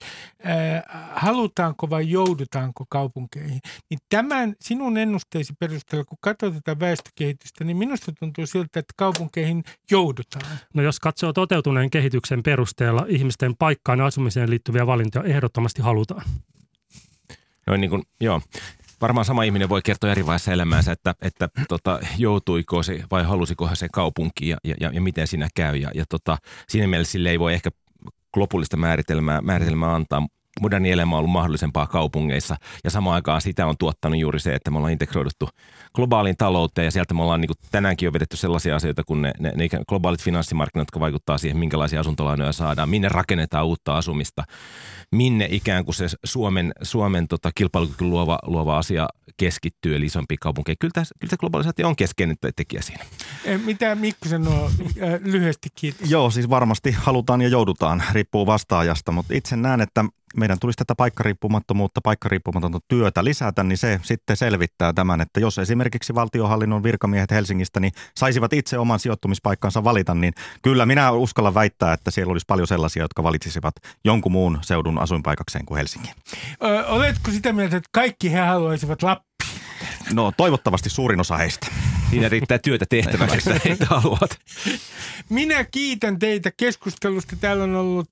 Halutaanko vai joudutaanko kaupunkeihin? Niin tämän sinun ennusteesi perusteella, kun katsoo tätä väestökehitystä, niin minusta tuntuu siltä, että kaupunkeihin joudutaan. No jos katsoo toteutuneen kehityksen perusteella ihmisten paikkaan ja asumiseen liittyviä valintoja, ehdottomasti halutaan. No niin kuin, joo. Varmaan sama ihminen voi kertoa eri vaiheessa elämäänsä, että joutuiko se vai halusiko se kaupunkiin ja miten siinä käy. Ja siinä mielessä sille ei voi ehkä lopullista määritelmää antaa. Moderni elämä on ollut mahdollisempaa kaupungeissa ja samaan aikaan sitä on tuottanut juuri se, että me ollaan integroiduttu globaaliin talouteen ja sieltä me ollaan niin kuin tänäänkin jo vedetty sellaisia asioita kuin ne globaalit finanssimarkkinat, jotka vaikuttaa siihen, minkälaisia asuntolainoja saadaan, minne rakennetaan uutta asumista, minne ikään kuin se Suomen kilpailukyky luova asia keskittyy, eli isompiin kaupunkeihin. Kyllä se globalisaatio on keskeinen tekijä siinä. Mitä Mikko sanoo lyhyesti? Kiitos. Joo, siis varmasti halutaan ja joudutaan, riippuu vastaajasta, mutta itse näen, että meidän tulisi tätä paikkariippumatonta työtä lisätä, niin se sitten selvittää tämän, että jos esimerkiksi valtionhallinnon virkamiehet Helsingistä niin saisivat itse oman sijoittumispaikkansa valita, niin kyllä minä uskallan väittää, että siellä olisi paljon sellaisia, jotka valitsisivat jonkun muun seudun asuinpaikakseen kuin Helsinki. Oletko sitä mieltä, että kaikki he haluaisivat Lappiin? No toivottavasti suurin osa heistä. Siinä riittää työtä tehtäväksi, että haluat. Minä kiitän teitä keskustelusta. Täällä on ollut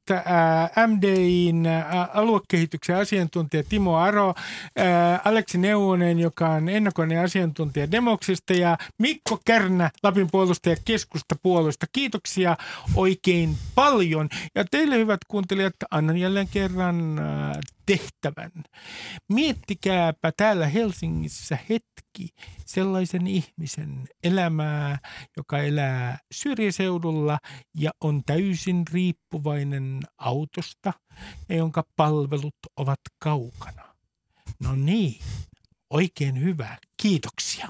MDI:n aluekehityksen asiantuntija Timo Aro, Aleksi Neuvonen, joka on ennakoinen asiantuntija Demoksesta ja Mikko Kärnä, Lapin puolustaja Keskustapuolueesta. Kiitoksia oikein paljon. Ja teille hyvät kuuntelijat, annan jälleen kerran tehtävän. Miettikääpä täällä Helsingissä hetki sellaisen ihmisen elämää, joka elää syrjäseudulla ja on täysin riippuvainen autosta ja jonka palvelut ovat kaukana. No niin, oikein hyvä. Kiitoksia.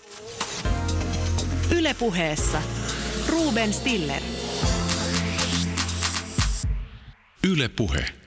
Yle Puheessa Ruben Stiller. Yle Puhe.